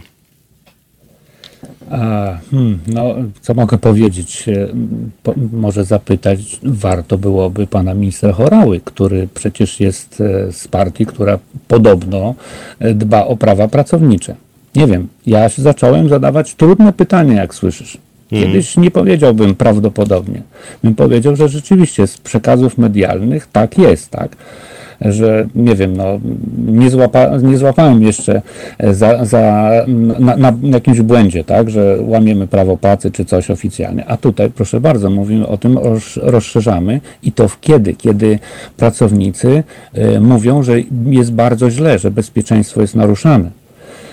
Speaker 4: A, hmm, no, co mogę powiedzieć? Po, może zapytać, warto byłoby pana ministra Horały, który przecież jest z partii, która podobno dba o prawa pracownicze. Nie wiem, ja się zacząłem zadawać trudne pytania, jak słyszysz. Kiedyś nie powiedziałbym prawdopodobnie. Bym powiedział, że rzeczywiście z przekazów medialnych tak jest, tak? Że nie wiem, no nie, złapa, nie złapałem jeszcze za, za, na, na jakimś błędzie, tak, że łamiemy prawo pracy czy coś oficjalnie. A tutaj, proszę bardzo, mówimy o tym, roz, rozszerzamy i to w kiedy? Kiedy pracownicy y, mówią, że jest bardzo źle, że bezpieczeństwo jest naruszane.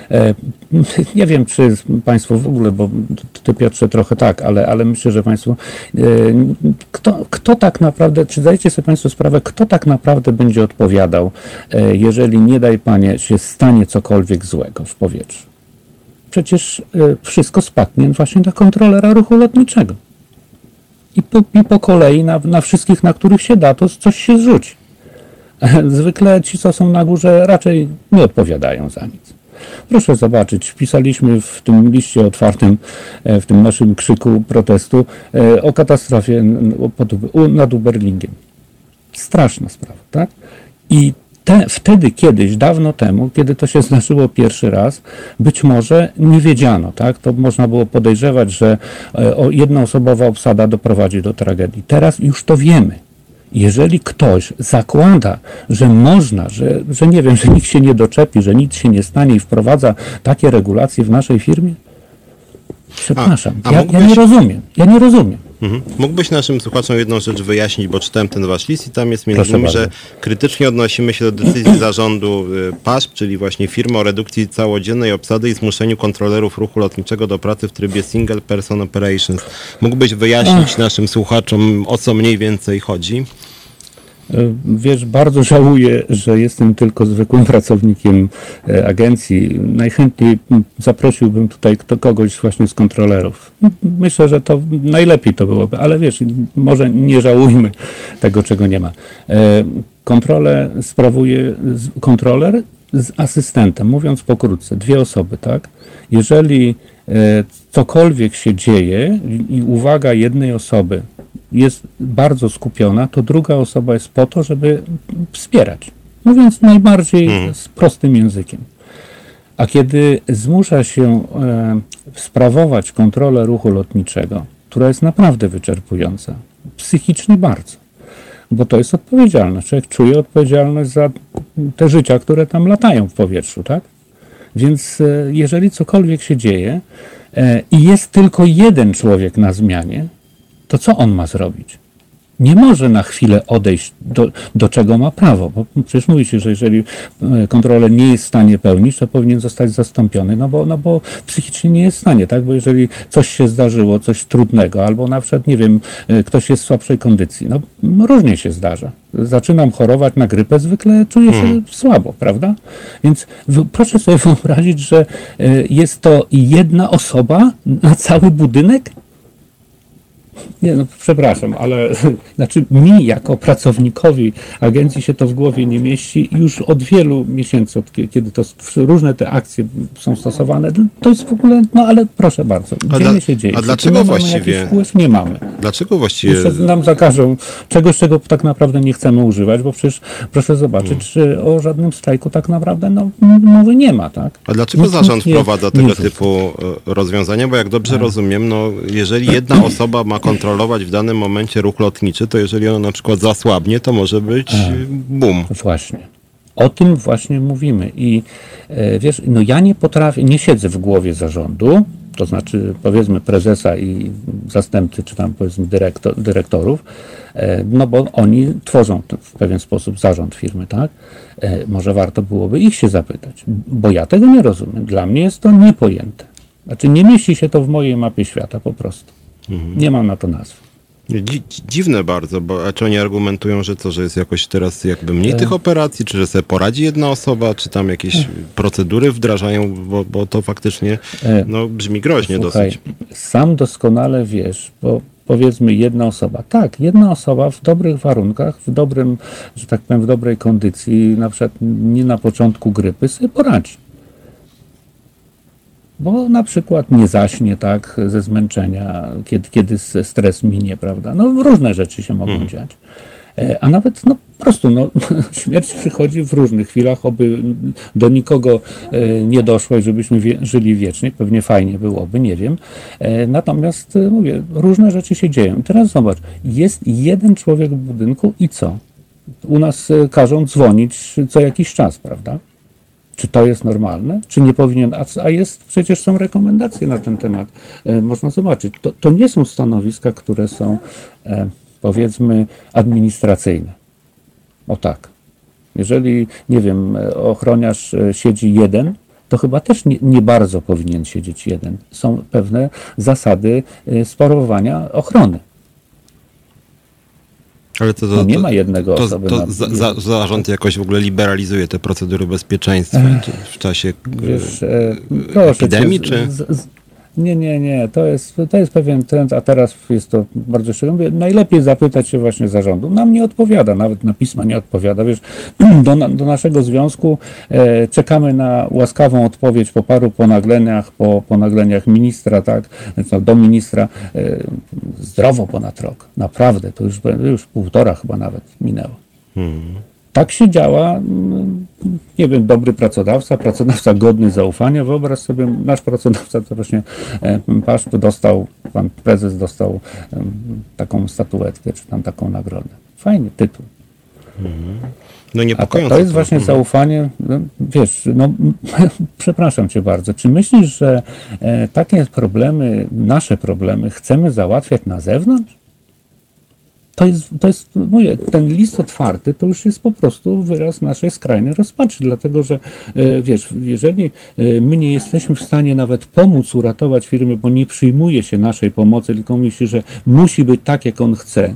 Speaker 4: Nie wiem, czy Państwo w ogóle, bo Ty, Piotrze, trochę tak, ale, ale myślę, że Państwo, kto, kto tak naprawdę, czy zdajecie sobie Państwo sprawę, kto tak naprawdę będzie odpowiadał, jeżeli, nie daj Panie, się stanie cokolwiek złego w powietrzu? Przecież wszystko spadnie właśnie na kontrolera ruchu lotniczego. I po, i po kolei na, na wszystkich, na których się da, to coś się zrzuci. Zwykle ci, co są na górze, raczej nie odpowiadają za nic. Proszę zobaczyć, pisaliśmy w tym liście otwartym, w tym naszym krzyku protestu o katastrofie nad Uberlingiem. Straszna sprawa, tak? I te, wtedy kiedyś, dawno temu, kiedy to się zdarzyło pierwszy raz, być może nie wiedziano, tak? To można było podejrzewać, że jednoosobowa obsada doprowadzi do tragedii. Teraz już to wiemy. Jeżeli ktoś zakłada, że można, że, że nie wiem, że nikt się nie doczepi, że nic się nie stanie i wprowadza takie regulacje w naszej firmie, przepraszam, a, a ja, mógłbyś... ja nie rozumiem, ja nie rozumiem.
Speaker 1: Mhm. Mógłbyś naszym słuchaczom jedną rzecz wyjaśnić, bo czytałem ten wasz list i tam jest między innymi, że krytycznie odnosimy się do decyzji zarządu P A S P, czyli właśnie firmy o redukcji całodziennej obsady i zmuszeniu kontrolerów ruchu lotniczego do pracy w trybie single person operations. Mógłbyś wyjaśnić Ach. naszym słuchaczom, o co mniej więcej chodzi?
Speaker 4: Wiesz, bardzo żałuję, że jestem tylko zwykłym pracownikiem agencji. Najchętniej zaprosiłbym tutaj kogoś właśnie z kontrolerów. Myślę, że to najlepiej to byłoby, ale wiesz, może nie żałujmy tego, czego nie ma. Kontrolę sprawuje kontroler z asystentem, mówiąc pokrótce, dwie osoby, tak? Jeżeli cokolwiek się dzieje i uwaga jednej osoby jest bardzo skupiona, to druga osoba jest po to, żeby wspierać. Mówiąc najbardziej hmm. z prostym językiem. A kiedy zmusza się e, sprawować kontrolę ruchu lotniczego, która jest naprawdę wyczerpująca, psychicznie bardzo, bo to jest odpowiedzialność. Człowiek czuje odpowiedzialność za te życia, które tam latają w powietrzu, tak? Więc e, jeżeli cokolwiek się dzieje e, i jest tylko jeden człowiek na zmianie, to co on ma zrobić? nie może na chwilę odejść do, do czego ma prawo, bo przecież mówi się, że jeżeli kontroler nie jest w stanie pełnić, to powinien zostać zastąpiony, no bo, no bo psychicznie nie jest w stanie, tak, bo jeżeli coś się zdarzyło, coś trudnego, albo na przykład, nie wiem, ktoś jest w słabszej kondycji, no różnie się zdarza. Zaczynam chorować na grypę, zwykle czuję się hmm. słabo, prawda? Więc w, proszę sobie wyobrazić, że jest to jedna osoba na cały budynek. Nie, no przepraszam, ale znaczy mi jako pracownikowi agencji się to w głowie nie mieści już od wielu miesięcy, od kiedy to różne te akcje są stosowane, to jest w ogóle, no ale proszę bardzo, dzieje się dzieje.
Speaker 1: A dlaczego
Speaker 4: Czy
Speaker 1: właściwie?
Speaker 4: Jakiś wpływ? Nie mamy.
Speaker 1: Dlaczego właściwie?
Speaker 4: Jeszcze nam zakażą czegoś, czego tak naprawdę nie chcemy używać, bo przecież proszę zobaczyć, hmm. że o żadnym strajku tak naprawdę no, mowy nie ma, tak?
Speaker 1: A dlaczego
Speaker 4: Nikt
Speaker 1: zarząd
Speaker 4: nie,
Speaker 1: wprowadza
Speaker 4: nie
Speaker 1: tego
Speaker 4: rzuca.
Speaker 1: typu rozwiązania? Bo jak dobrze rozumiem, no jeżeli jedna osoba ma kontrolować w danym momencie ruch lotniczy, to jeżeli ono na przykład zasłabnie, to może być boom.
Speaker 4: Właśnie. O tym właśnie mówimy. I e, wiesz, no ja nie potrafię, nie siedzę w głowie zarządu, to znaczy powiedzmy prezesa i zastępcy, czy tam powiedzmy dyrektor, dyrektorów, e, no bo oni tworzą w pewien sposób zarząd firmy, tak? E, może warto byłoby ich się zapytać, bo ja tego nie rozumiem. Dla mnie jest to niepojęte. Znaczy nie mieści się to w mojej mapie świata po prostu. Mhm. Nie mam na to nazwy.
Speaker 1: Dzi- dziwne bardzo, bo a czy oni argumentują, że co, że jest jakoś teraz jakby mniej e... tych operacji, czy że sobie poradzi jedna osoba, czy tam jakieś e... procedury wdrażają, bo, bo to faktycznie no, brzmi groźnie. Słuchaj, dosyć.
Speaker 4: Sam doskonale wiesz, bo powiedzmy jedna osoba, tak, jedna osoba w dobrych warunkach, w dobrym, że tak powiem, w dobrej kondycji, na przykład nie na początku grypy, sobie poradzi. Bo na przykład nie zaśnie tak ze zmęczenia, kiedy, kiedy stres minie, prawda? No różne rzeczy się mogą hmm. dziać. A nawet no po prostu no, śmierć przychodzi w różnych chwilach, oby do nikogo nie doszło i żebyśmy wie, żyli wiecznie, pewnie fajnie byłoby, nie wiem. Natomiast mówię, różne rzeczy się dzieją. I teraz zobacz, jest jeden człowiek w budynku i co? U nas każą dzwonić co jakiś czas, prawda? Czy to jest normalne? Czy nie powinien? A, a jest, przecież są rekomendacje na ten temat. E, można zobaczyć. To, to nie są stanowiska, które są, e, powiedzmy, administracyjne. O tak. Jeżeli, nie wiem, ochroniarz siedzi jeden, to chyba też nie, nie bardzo powinien siedzieć jeden. Są pewne zasady sprawowania ochrony.
Speaker 1: Ale to, to,
Speaker 4: no nie ma jednego
Speaker 1: to,
Speaker 4: osoby.
Speaker 1: To,
Speaker 4: na...
Speaker 1: to za, za, zarząd jakoś w ogóle liberalizuje te procedury bezpieczeństwa w czasie Wiesz, e, epidemii, cię, czy? Z, z, nie, nie, nie. To jest, to jest pewien trend, a teraz jest to bardzo szczególnie. Najlepiej zapytać się właśnie zarządu. Nam nie odpowiada, nawet na pisma nie odpowiada. Wiesz, do, do naszego związku e, czekamy na łaskawą odpowiedź po paru ponagleniach, po ponagleniach ministra, tak, do ministra. E, zdrowo ponad rok. Naprawdę, to już, już półtora chyba nawet minęło. Hmm. Tak się działa, nie wiem, dobry pracodawca, pracodawca godny zaufania. Wyobraź sobie, nasz pracodawca to właśnie Pasz dostał, pan prezes dostał taką statuetkę, czy tam taką nagrodę. Fajny tytuł. Mhm. No niepokojące.
Speaker 4: A to, to jest właśnie mhm. zaufanie, no, wiesz, no przepraszam cię bardzo, czy myślisz, że e, takie problemy, nasze problemy chcemy załatwiać na zewnątrz? To jest, to jest, mówię, ten list otwarty to już jest po prostu wyraz naszej skrajnej rozpaczy, dlatego że, wiesz, jeżeli my nie jesteśmy w stanie nawet pomóc uratować firmy, bo nie przyjmuje się naszej pomocy, tylko myśli, że musi być tak, jak on chce,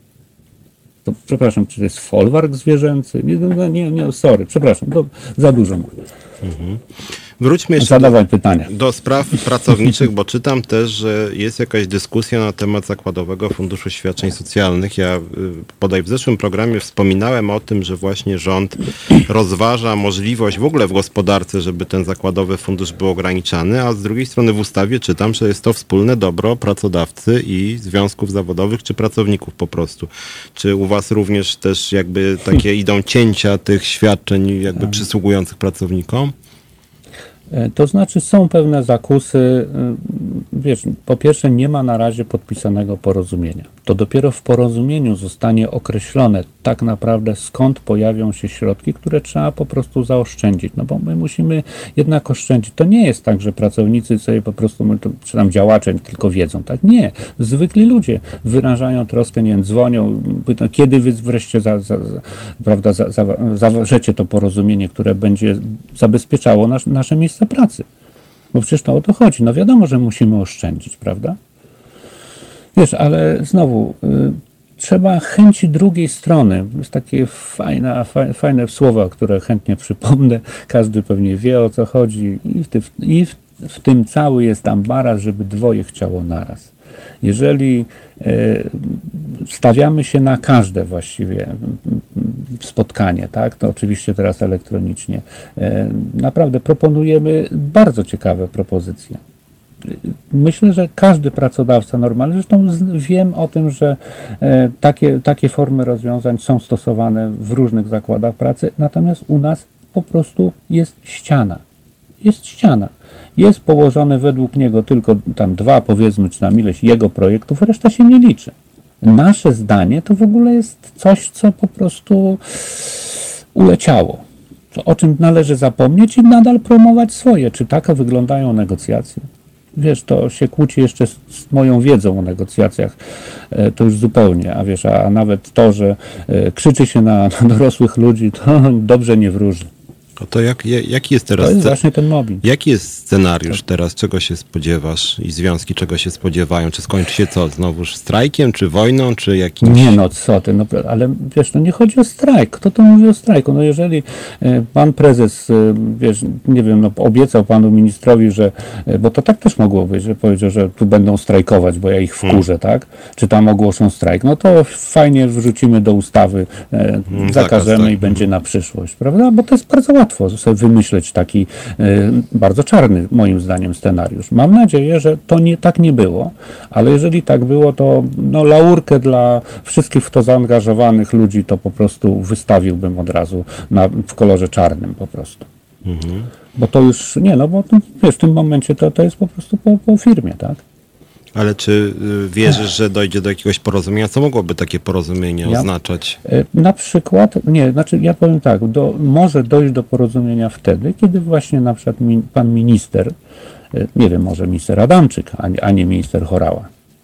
Speaker 4: to przepraszam, czy to jest folwark zwierzęcy? Nie, nie, nie sorry, przepraszam, to za dużo mówię. Mhm.
Speaker 1: Wróćmy jeszcze
Speaker 4: Zadawaj
Speaker 1: do,
Speaker 4: pytania.
Speaker 1: do spraw pracowniczych, bo czytam też, że jest jakaś dyskusja na temat Zakładowego Funduszu Świadczeń Socjalnych. Ja bodaj w zeszłym programie wspominałem o tym, że właśnie rząd rozważa możliwość w ogóle w gospodarce, żeby ten Zakładowy Fundusz był ograniczany, a z drugiej strony w ustawie czytam, że jest to wspólne dobro pracodawcy i związków zawodowych czy pracowników po prostu. Czy u was również też jakby takie idą cięcia tych świadczeń jakby przysługujących pracownikom?
Speaker 4: To znaczy są pewne zakusy, wiesz, po pierwsze nie ma na razie podpisanego porozumienia. to dopiero w porozumieniu zostanie określone tak naprawdę, skąd pojawią się środki, które trzeba po prostu zaoszczędzić. No bo my musimy jednak oszczędzić. To nie jest tak, że pracownicy sobie po prostu, czy tam działacze tylko wiedzą, tak? Nie. Zwykli ludzie wyrażają troskę, nie wiem, dzwonią, pytają, kiedy wy wreszcie za, za, za, prawda, za, za, zawrzecie to porozumienie, które będzie zabezpieczało nas, nasze miejsca pracy. Bo przecież to o to chodzi. No wiadomo, że musimy oszczędzić, prawda? Wiesz, ale znowu y, trzeba chęci drugiej strony. Jest takie fajne, fajne słowa, które chętnie przypomnę. Każdy pewnie wie, o co chodzi. I w, ty, i w, w tym cały jest ambaras, żeby dwoje chciało naraz. Jeżeli y, stawiamy się na każde właściwie spotkanie, tak, to oczywiście teraz elektronicznie, y, naprawdę proponujemy bardzo ciekawe propozycje. Myślę, że każdy pracodawca normalny, zresztą wiem o tym, że e, takie, takie formy rozwiązań są stosowane w różnych zakładach pracy, natomiast u nas po prostu jest ściana. Jest ściana. Jest położone według niego tylko tam dwa, powiedzmy, czy tam ileś jego projektów, reszta się nie liczy. Nasze zdanie to w ogóle jest coś, co po prostu uleciało. O czym należy zapomnieć i nadal promować swoje. Czy tak wyglądają negocjacje? Wiesz, to się kłóci jeszcze z, z moją wiedzą o negocjacjach, e, to już zupełnie, a wiesz, a, a nawet to, że e, krzyczy się na, na dorosłych ludzi, to dobrze nie wróży.
Speaker 1: No to jak, jaki jest teraz...
Speaker 4: To jest właśnie ten mobbing.
Speaker 1: Jaki jest scenariusz teraz? Czego się spodziewasz? I związki czego się spodziewają? Czy skończy się co? Znowuż strajkiem, czy wojną, czy jakimś...
Speaker 4: Nie no, co ty, no, ale wiesz, no nie chodzi o strajk. Kto to mówi o strajku? No jeżeli e, pan prezes, e, wiesz, nie wiem, no obiecał panu ministrowi, że, e, bo to tak też mogło być, że powiedział, że tu będą strajkować, bo ja ich wkurzę, hmm. tak? Czy tam ogłoszą strajk? No to fajnie wrzucimy do ustawy, e, hmm, zakażemy zakaz, tak. I będzie na przyszłość, prawda? Bo to jest bardzo łatwe. Łatwo sobie wymyśleć taki y, bardzo czarny, moim zdaniem, scenariusz. Mam nadzieję, że to nie, tak nie było, ale jeżeli tak było, to no, laurkę dla wszystkich w to zaangażowanych ludzi to po prostu wystawiłbym od razu na, w kolorze czarnym po prostu. Mhm. Bo to już, nie no, bo wiesz, w tym momencie to, to jest po prostu po, po firmie, tak?
Speaker 1: Ale czy wierzysz, że dojdzie do jakiegoś porozumienia? Co mogłoby takie porozumienie ja, oznaczać?
Speaker 4: Na przykład, nie, znaczy ja powiem tak, do, może dojść do porozumienia wtedy, kiedy właśnie na przykład mi, pan minister, nie wiem, może minister Adamczyk, a nie, a nie minister Horała,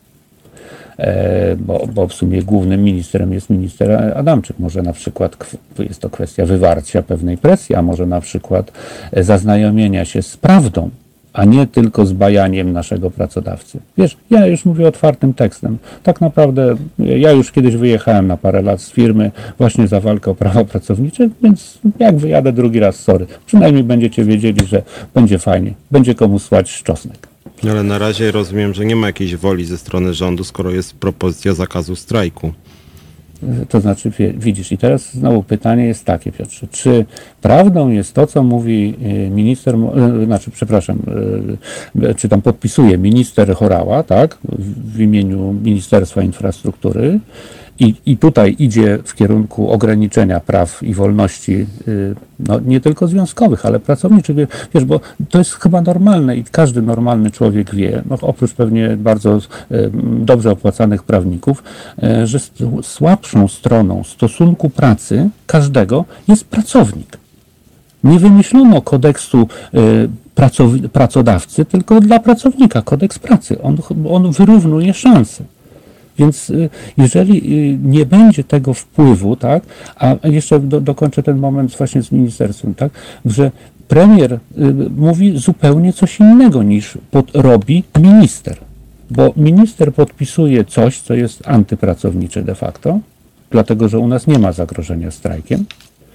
Speaker 4: e, bo, bo w sumie głównym ministrem jest minister Adamczyk. Może na przykład jest to kwestia wywarcia pewnej presji, a może na przykład zaznajomienia się z prawdą, a nie tylko z bajaniem naszego pracodawcy. Wiesz, ja już mówię otwartym tekstem. Tak naprawdę ja już kiedyś wyjechałem na parę lat z firmy właśnie za walkę o prawa pracownicze, więc jak wyjadę drugi raz, sorry. Przynajmniej będziecie wiedzieli, że będzie fajnie. Będzie komu słać szczosnek.
Speaker 1: Ale na razie rozumiem, że nie ma jakiejś woli ze strony rządu, skoro jest propozycja zakazu strajku.
Speaker 4: To znaczy, widzisz, i teraz znowu pytanie jest takie, Piotrze, czy prawdą jest to, co mówi minister, znaczy, przepraszam, czy tam podpisuje minister Horała, tak, w imieniu Ministerstwa Infrastruktury, I, I tutaj idzie w kierunku ograniczenia praw i wolności, no, nie tylko związkowych, ale pracowniczych. Wiesz, bo to jest chyba normalne i każdy normalny człowiek wie, no, oprócz pewnie bardzo dobrze opłacanych prawników, że słabszą stroną stosunku pracy każdego jest pracownik. Nie wymyślono kodeksu pracow- pracodawcy, tylko dla pracownika kodeks pracy. On, on wyrównuje szanse. Więc jeżeli nie będzie tego wpływu, tak, a jeszcze do, dokończę ten moment właśnie z ministerstwem, tak, że premier y, mówi zupełnie coś innego niż pod, robi minister. Bo minister podpisuje coś, co jest antypracownicze de facto, dlatego że u nas nie ma zagrożenia strajkiem,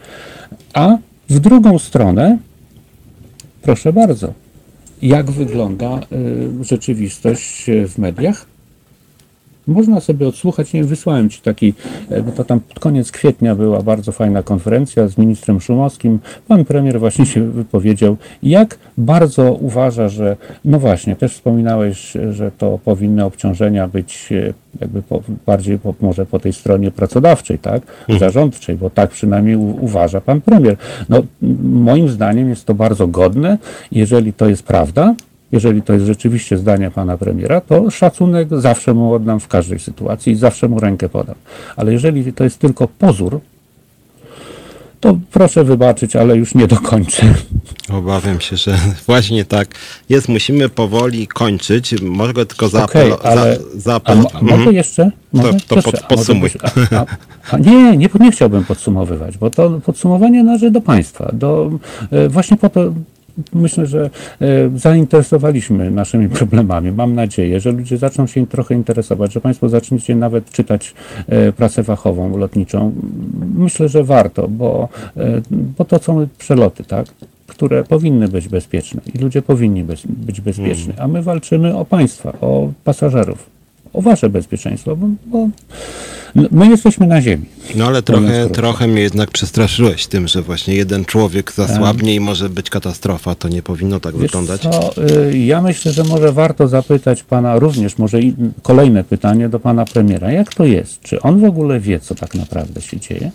Speaker 4: a w drugą stronę, proszę bardzo, jak wygląda y, rzeczywistość w mediach? Można sobie odsłuchać, nie wysłałem Ci taki, bo to tam pod koniec kwietnia była bardzo fajna konferencja z ministrem Szumowskim. Pan premier właśnie się wypowiedział, jak bardzo uważa, że, no właśnie, też wspominałeś, że to powinny obciążenia być jakby po, bardziej po, może po tej stronie pracodawczej, tak, zarządczej, bo tak przynajmniej u, uważa pan premier. No, moim zdaniem jest to bardzo godne, jeżeli to jest prawda, jeżeli to jest rzeczywiście zdanie pana premiera, to szacunek zawsze mu oddam w każdej sytuacji i zawsze mu rękę podam. Ale jeżeli to jest tylko pozór, to proszę wybaczyć, ale już nie dokończę.
Speaker 1: Obawiam się, że właśnie tak jest. Musimy powoli kończyć. Mogę tylko zaapelować.
Speaker 4: Okay, ale
Speaker 1: za,
Speaker 4: a, mo-
Speaker 1: mhm.
Speaker 4: mogę jeszcze? Mogę?
Speaker 1: To, to pod, podsumuj.
Speaker 4: A, a, a nie, nie, nie chciałbym podsumowywać, bo to podsumowanie należy do państwa. Do, e, właśnie po to myślę, że e, zainteresowaliśmy naszymi problemami. Mam nadzieję, że ludzie zaczną się trochę interesować, że państwo zaczniecie nawet czytać e, prasę fachową, lotniczą. Myślę, że warto, bo, e, bo to są przeloty, tak? Które powinny być bezpieczne i ludzie powinni bez, być bezpieczni, a my walczymy o państwa, o pasażerów, o wasze bezpieczeństwo, bo, bo my jesteśmy na ziemi.
Speaker 1: No ale trochę, trochę mnie jednak przestraszyłeś tym, że właśnie jeden człowiek zasłabnie i może być katastrofa. To nie powinno tak
Speaker 4: Wiesz
Speaker 1: wyglądać.
Speaker 4: co, ja myślę, że może warto zapytać pana również, może i kolejne pytanie do pana premiera. Jak to jest? Czy on w ogóle wie, co tak naprawdę się dzieje?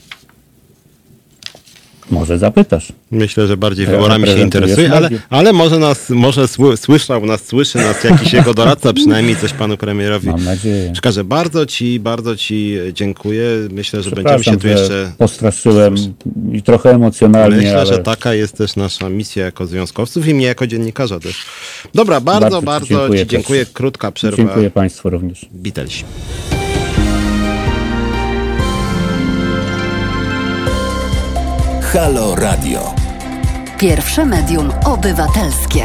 Speaker 4: Może zapytasz.
Speaker 1: Myślę, że bardziej
Speaker 4: Ja
Speaker 1: wyborami się interesuje, ale, ale może nas, może sły, słyszał nas, słyszy nas jakiś jego doradca, przynajmniej coś panu premierowi
Speaker 4: Mam nadzieję.
Speaker 1: przekaże. Bardzo ci, bardzo ci dziękuję. Myślę, że będziemy się tu jeszcze...
Speaker 4: postraszyłem i trochę emocjonalnie,
Speaker 1: Myślę,
Speaker 4: ale...
Speaker 1: że taka jest też nasza misja jako związkowców i mnie jako dziennikarza też. Dobra, bardzo, bardzo,
Speaker 4: bardzo ci
Speaker 1: bardzo
Speaker 4: dziękuję,
Speaker 1: ci dziękuję. Krótka przerwa.
Speaker 4: Dziękuję państwu również.
Speaker 1: Beatlesi.
Speaker 2: Halo Radio.
Speaker 3: Pierwsze medium obywatelskie.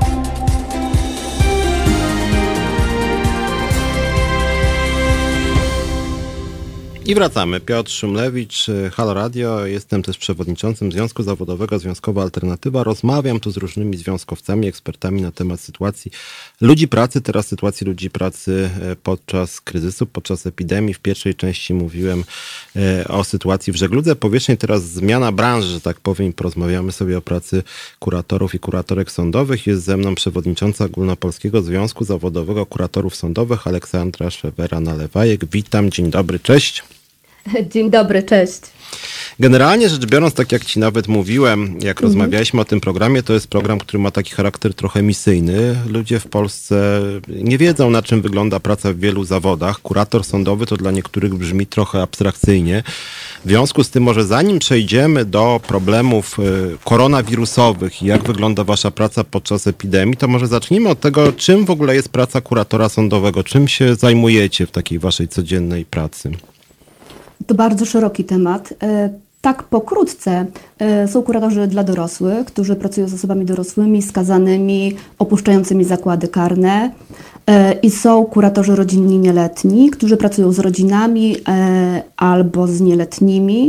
Speaker 1: I wracamy. Piotr Szumlewicz, Halo Radio. Jestem też przewodniczącym Związku Zawodowego Związkowa Alternatywa. Rozmawiam tu z różnymi związkowcami, ekspertami na temat sytuacji ludzi pracy. Teraz sytuacji ludzi pracy podczas kryzysu, podczas epidemii. W pierwszej części mówiłem o sytuacji w żegludze powietrznej. Teraz zmiana branży, że tak powiem. Porozmawiamy sobie o pracy kuratorów i kuratorek sądowych. Jest ze mną przewodnicząca Ogólnopolskiego Związku Zawodowego Kuratorów Sądowych Aleksandra Szewera-Nalewajek. Witam, dzień dobry, cześć.
Speaker 5: Dzień dobry, cześć.
Speaker 1: Generalnie rzecz biorąc, tak jak ci nawet mówiłem, jak mhm. rozmawialiśmy o tym programie, to jest program, który ma taki charakter trochę misyjny. Ludzie w Polsce nie wiedzą, na czym wygląda praca w wielu zawodach. Kurator sądowy to dla niektórych brzmi trochę abstrakcyjnie. W związku z tym może zanim przejdziemy do problemów koronawirusowych i jak wygląda wasza praca podczas epidemii, to może zacznijmy od tego, czym w ogóle jest praca kuratora sądowego, czym się zajmujecie w takiej waszej codziennej pracy.
Speaker 5: To bardzo szeroki temat. Tak pokrótce, są kuratorzy dla dorosłych, którzy pracują z osobami dorosłymi, skazanymi, opuszczającymi zakłady karne, i są kuratorzy rodzinni nieletni, którzy pracują z rodzinami albo z nieletnimi.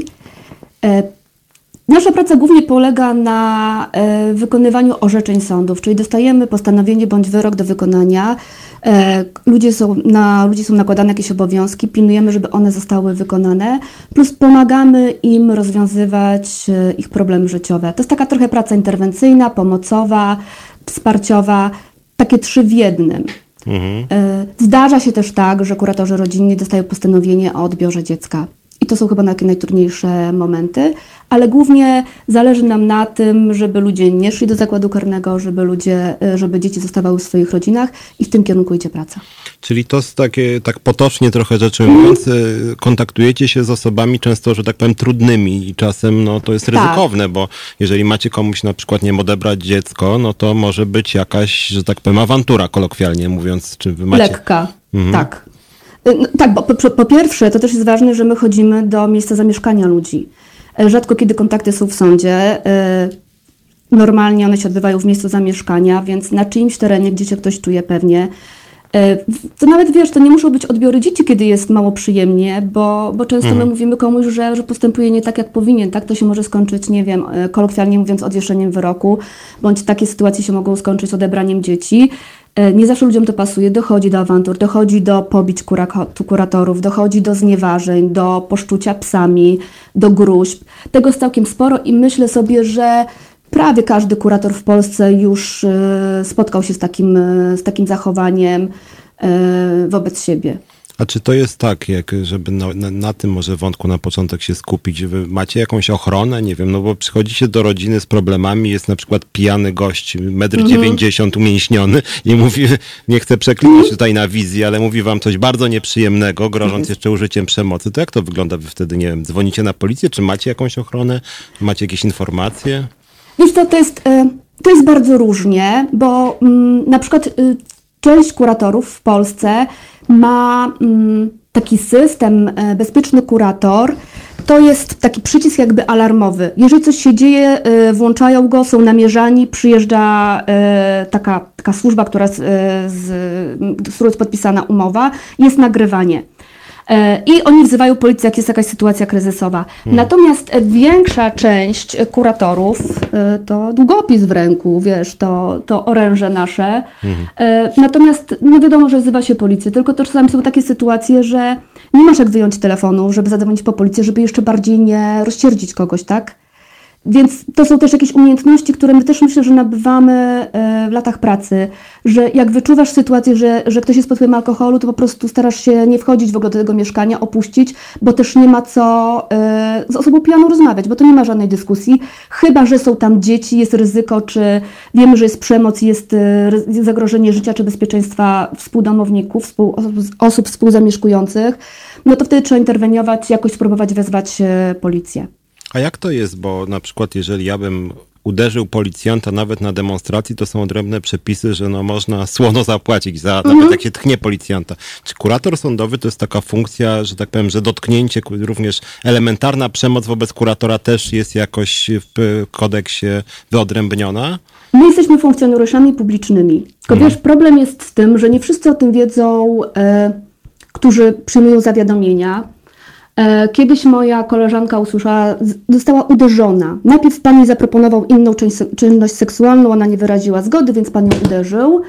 Speaker 5: Nasza praca głównie polega na wykonywaniu orzeczeń sądów, czyli dostajemy postanowienie bądź wyrok do wykonania. Ludzie są, na ludzi są nakładane jakieś obowiązki, pilnujemy, żeby one zostały wykonane, plus pomagamy im rozwiązywać ich problemy życiowe. To jest taka trochę praca interwencyjna, pomocowa, wsparciowa, takie trzy w jednym. Mhm. Zdarza się też tak, że kuratorzy rodzinni dostają postanowienie o odbiorze dziecka. I to są chyba takie najtrudniejsze momenty, ale głównie zależy nam na tym, żeby ludzie nie szli do zakładu karnego, żeby ludzie, żeby dzieci zostawały w swoich rodzinach i w tym kierunku idzie praca.
Speaker 1: Czyli to jest takie, tak potocznie trochę rzeczy mówiąc, kontaktujecie się z osobami często, że tak powiem, trudnymi i czasem no, to jest ryzykowne, tak. Bo jeżeli macie komuś na przykład, nie wiem, odebrać dziecko, no to może być jakaś, że tak powiem, awantura, kolokwialnie mówiąc. Czy wy macie...
Speaker 5: Lekka, mhm. tak. No, tak, bo po, po pierwsze to też jest ważne, że my chodzimy do miejsca zamieszkania ludzi. Rzadko kiedy kontakty są w sądzie. Normalnie one się odbywają w miejscu zamieszkania, więc na czyimś terenie, gdzie się ktoś czuje pewnie. To nawet wiesz, to nie muszą być odbiory dzieci, kiedy jest mało przyjemnie, bo, bo często mhm. my mówimy komuś, że, że postępuje nie tak, jak powinien. Tak, to się może skończyć, nie wiem, kolokwialnie mówiąc, odwieszeniem wyroku, bądź takie sytuacje się mogą skończyć odebraniem dzieci. Nie zawsze ludziom to pasuje, dochodzi do awantur, dochodzi do pobić kuratorów, dochodzi do znieważeń, do poszczucia psami, do gruźb. Tego jest całkiem sporo i myślę sobie, że prawie każdy kurator w Polsce już spotkał się z takim, z takim zachowaniem wobec siebie.
Speaker 1: A czy to jest tak, jak żeby na, na, na tym może wątku na początek się skupić, wy macie jakąś ochronę, nie wiem, no bo przychodzicie do rodziny z problemami, jest na przykład pijany gość, metr dziewięćdziesiąt umięśniony i mówi, nie chcę przeklinać tutaj na wizji, ale mówi wam coś bardzo nieprzyjemnego, grożąc jeszcze użyciem przemocy, to jak to wygląda? Wy wtedy, nie wiem, dzwonicie na policję, czy macie jakąś ochronę, macie jakieś informacje?
Speaker 5: Wiesz co, to jest, to jest bardzo różnie, bo mm, na przykład część kuratorów w Polsce ma mm, taki system Bezpieczny Kurator. To jest taki przycisk jakby alarmowy. Jeżeli coś się dzieje, włączają go, są namierzani, przyjeżdża taka, taka służba, która z, z, z którą jest podpisana umowa, jest nagrywanie. I oni wzywają policję, jak jest jakaś sytuacja kryzysowa. Hmm. Natomiast większa część kuratorów to długopis w ręku, wiesz, to, to oręże nasze. Hmm. Natomiast no wiadomo, że wzywa się policję, tylko to czasami są takie sytuacje, że nie masz jak wyjąć telefonu, żeby zadzwonić po policję, żeby jeszcze bardziej nie rozsierdzić kogoś, tak? Więc to są też jakieś umiejętności, które my też myślę, że nabywamy w latach pracy, że jak wyczuwasz sytuację, że, że ktoś jest pod wpływem alkoholu, to po prostu starasz się nie wchodzić w ogóle do tego mieszkania, opuścić, bo też nie ma co z osobą pijaną rozmawiać, bo to nie ma żadnej dyskusji, chyba że są tam dzieci, jest ryzyko, czy wiemy, że jest przemoc, jest zagrożenie życia czy bezpieczeństwa współdomowników, współ, osób współzamieszkujących, no to wtedy trzeba interweniować, jakoś spróbować wezwać policję.
Speaker 1: A jak to jest, bo na przykład jeżeli ja bym uderzył policjanta nawet na demonstracji, to są odrębne przepisy, że no można słono zapłacić za mhm. nawet jak się tchnie policjanta. Czy kurator sądowy to jest taka funkcja, że tak powiem, że dotknięcie, również elementarna przemoc wobec kuratora też jest jakoś w kodeksie wyodrębniona?
Speaker 5: My jesteśmy funkcjonariuszami publicznymi. Tylko mhm. wiesz, problem jest z tym, że nie wszyscy o tym wiedzą, e, którzy przyjmują zawiadomienia. Kiedyś moja koleżanka usłyszała, została uderzona. Najpierw pan jej zaproponował inną czynność seksualną, ona nie wyraziła zgody, więc pan ją uderzył.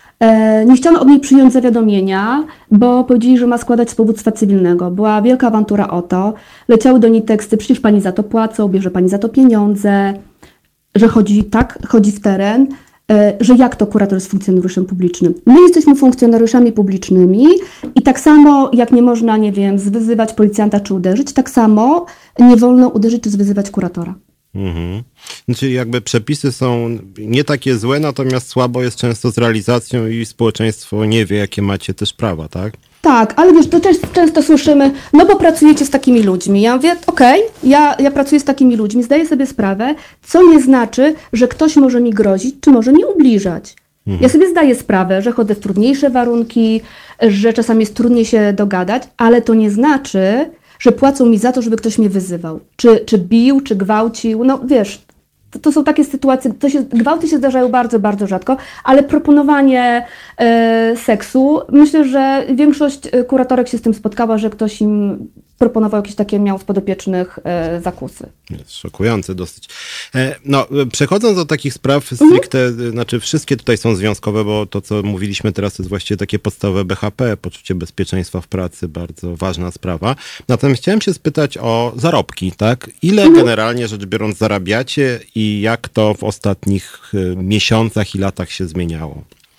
Speaker 5: Nie chciano od niej przyjąć zawiadomienia, bo powiedzieli, że ma składać z powództwa cywilnego. Była wielka awantura o to. Leciały do niej teksty, przecież pani za to płacą, bierze pani za to pieniądze, że chodzi tak, chodzi w teren. Że jak to kurator jest funkcjonariuszem publicznym. My jesteśmy funkcjonariuszami publicznymi i tak samo jak nie można, nie wiem, zwyzywać policjanta czy uderzyć, tak samo nie wolno uderzyć czy zwyzywać kuratora.
Speaker 1: Mhm. Znaczy jakby przepisy są nie takie złe, natomiast słabo jest często z realizacją i społeczeństwo nie wie, jakie macie też prawa, tak?
Speaker 5: Tak, ale wiesz, to też często słyszymy, no bo pracujecie z takimi ludźmi. Ja mówię, okej, okay, ja, ja pracuję z takimi ludźmi, zdaję sobie sprawę, co nie znaczy, że ktoś może mi grozić, czy może mi ubliżać. Mhm. Ja sobie zdaję sprawę, że chodzę w trudniejsze warunki, że czasami jest trudniej się dogadać, ale to nie znaczy, że płacą mi za to, żeby ktoś mnie wyzywał. Czy, czy bił, czy gwałcił, no wiesz, to, to są takie sytuacje, to się, gwałty się zdarzają bardzo, bardzo rzadko, ale proponowanie e, seksu, myślę, że większość kuratorek się z tym spotkała, że ktoś im proponował jakieś takie, miał w podopiecznych e, zakusy.
Speaker 1: Jest szokujące dosyć. E, no, przechodząc do takich spraw stricte, mhm. znaczy wszystkie tutaj są związkowe, bo to, co mówiliśmy teraz, to jest właściwie takie podstawowe B H P, poczucie bezpieczeństwa w pracy, bardzo ważna sprawa. Natomiast chciałem się spytać o zarobki, tak? Ile mhm. generalnie rzecz biorąc zarabiacie i jak to w ostatnich miesiącach i latach się zmieniało?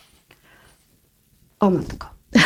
Speaker 5: O matko.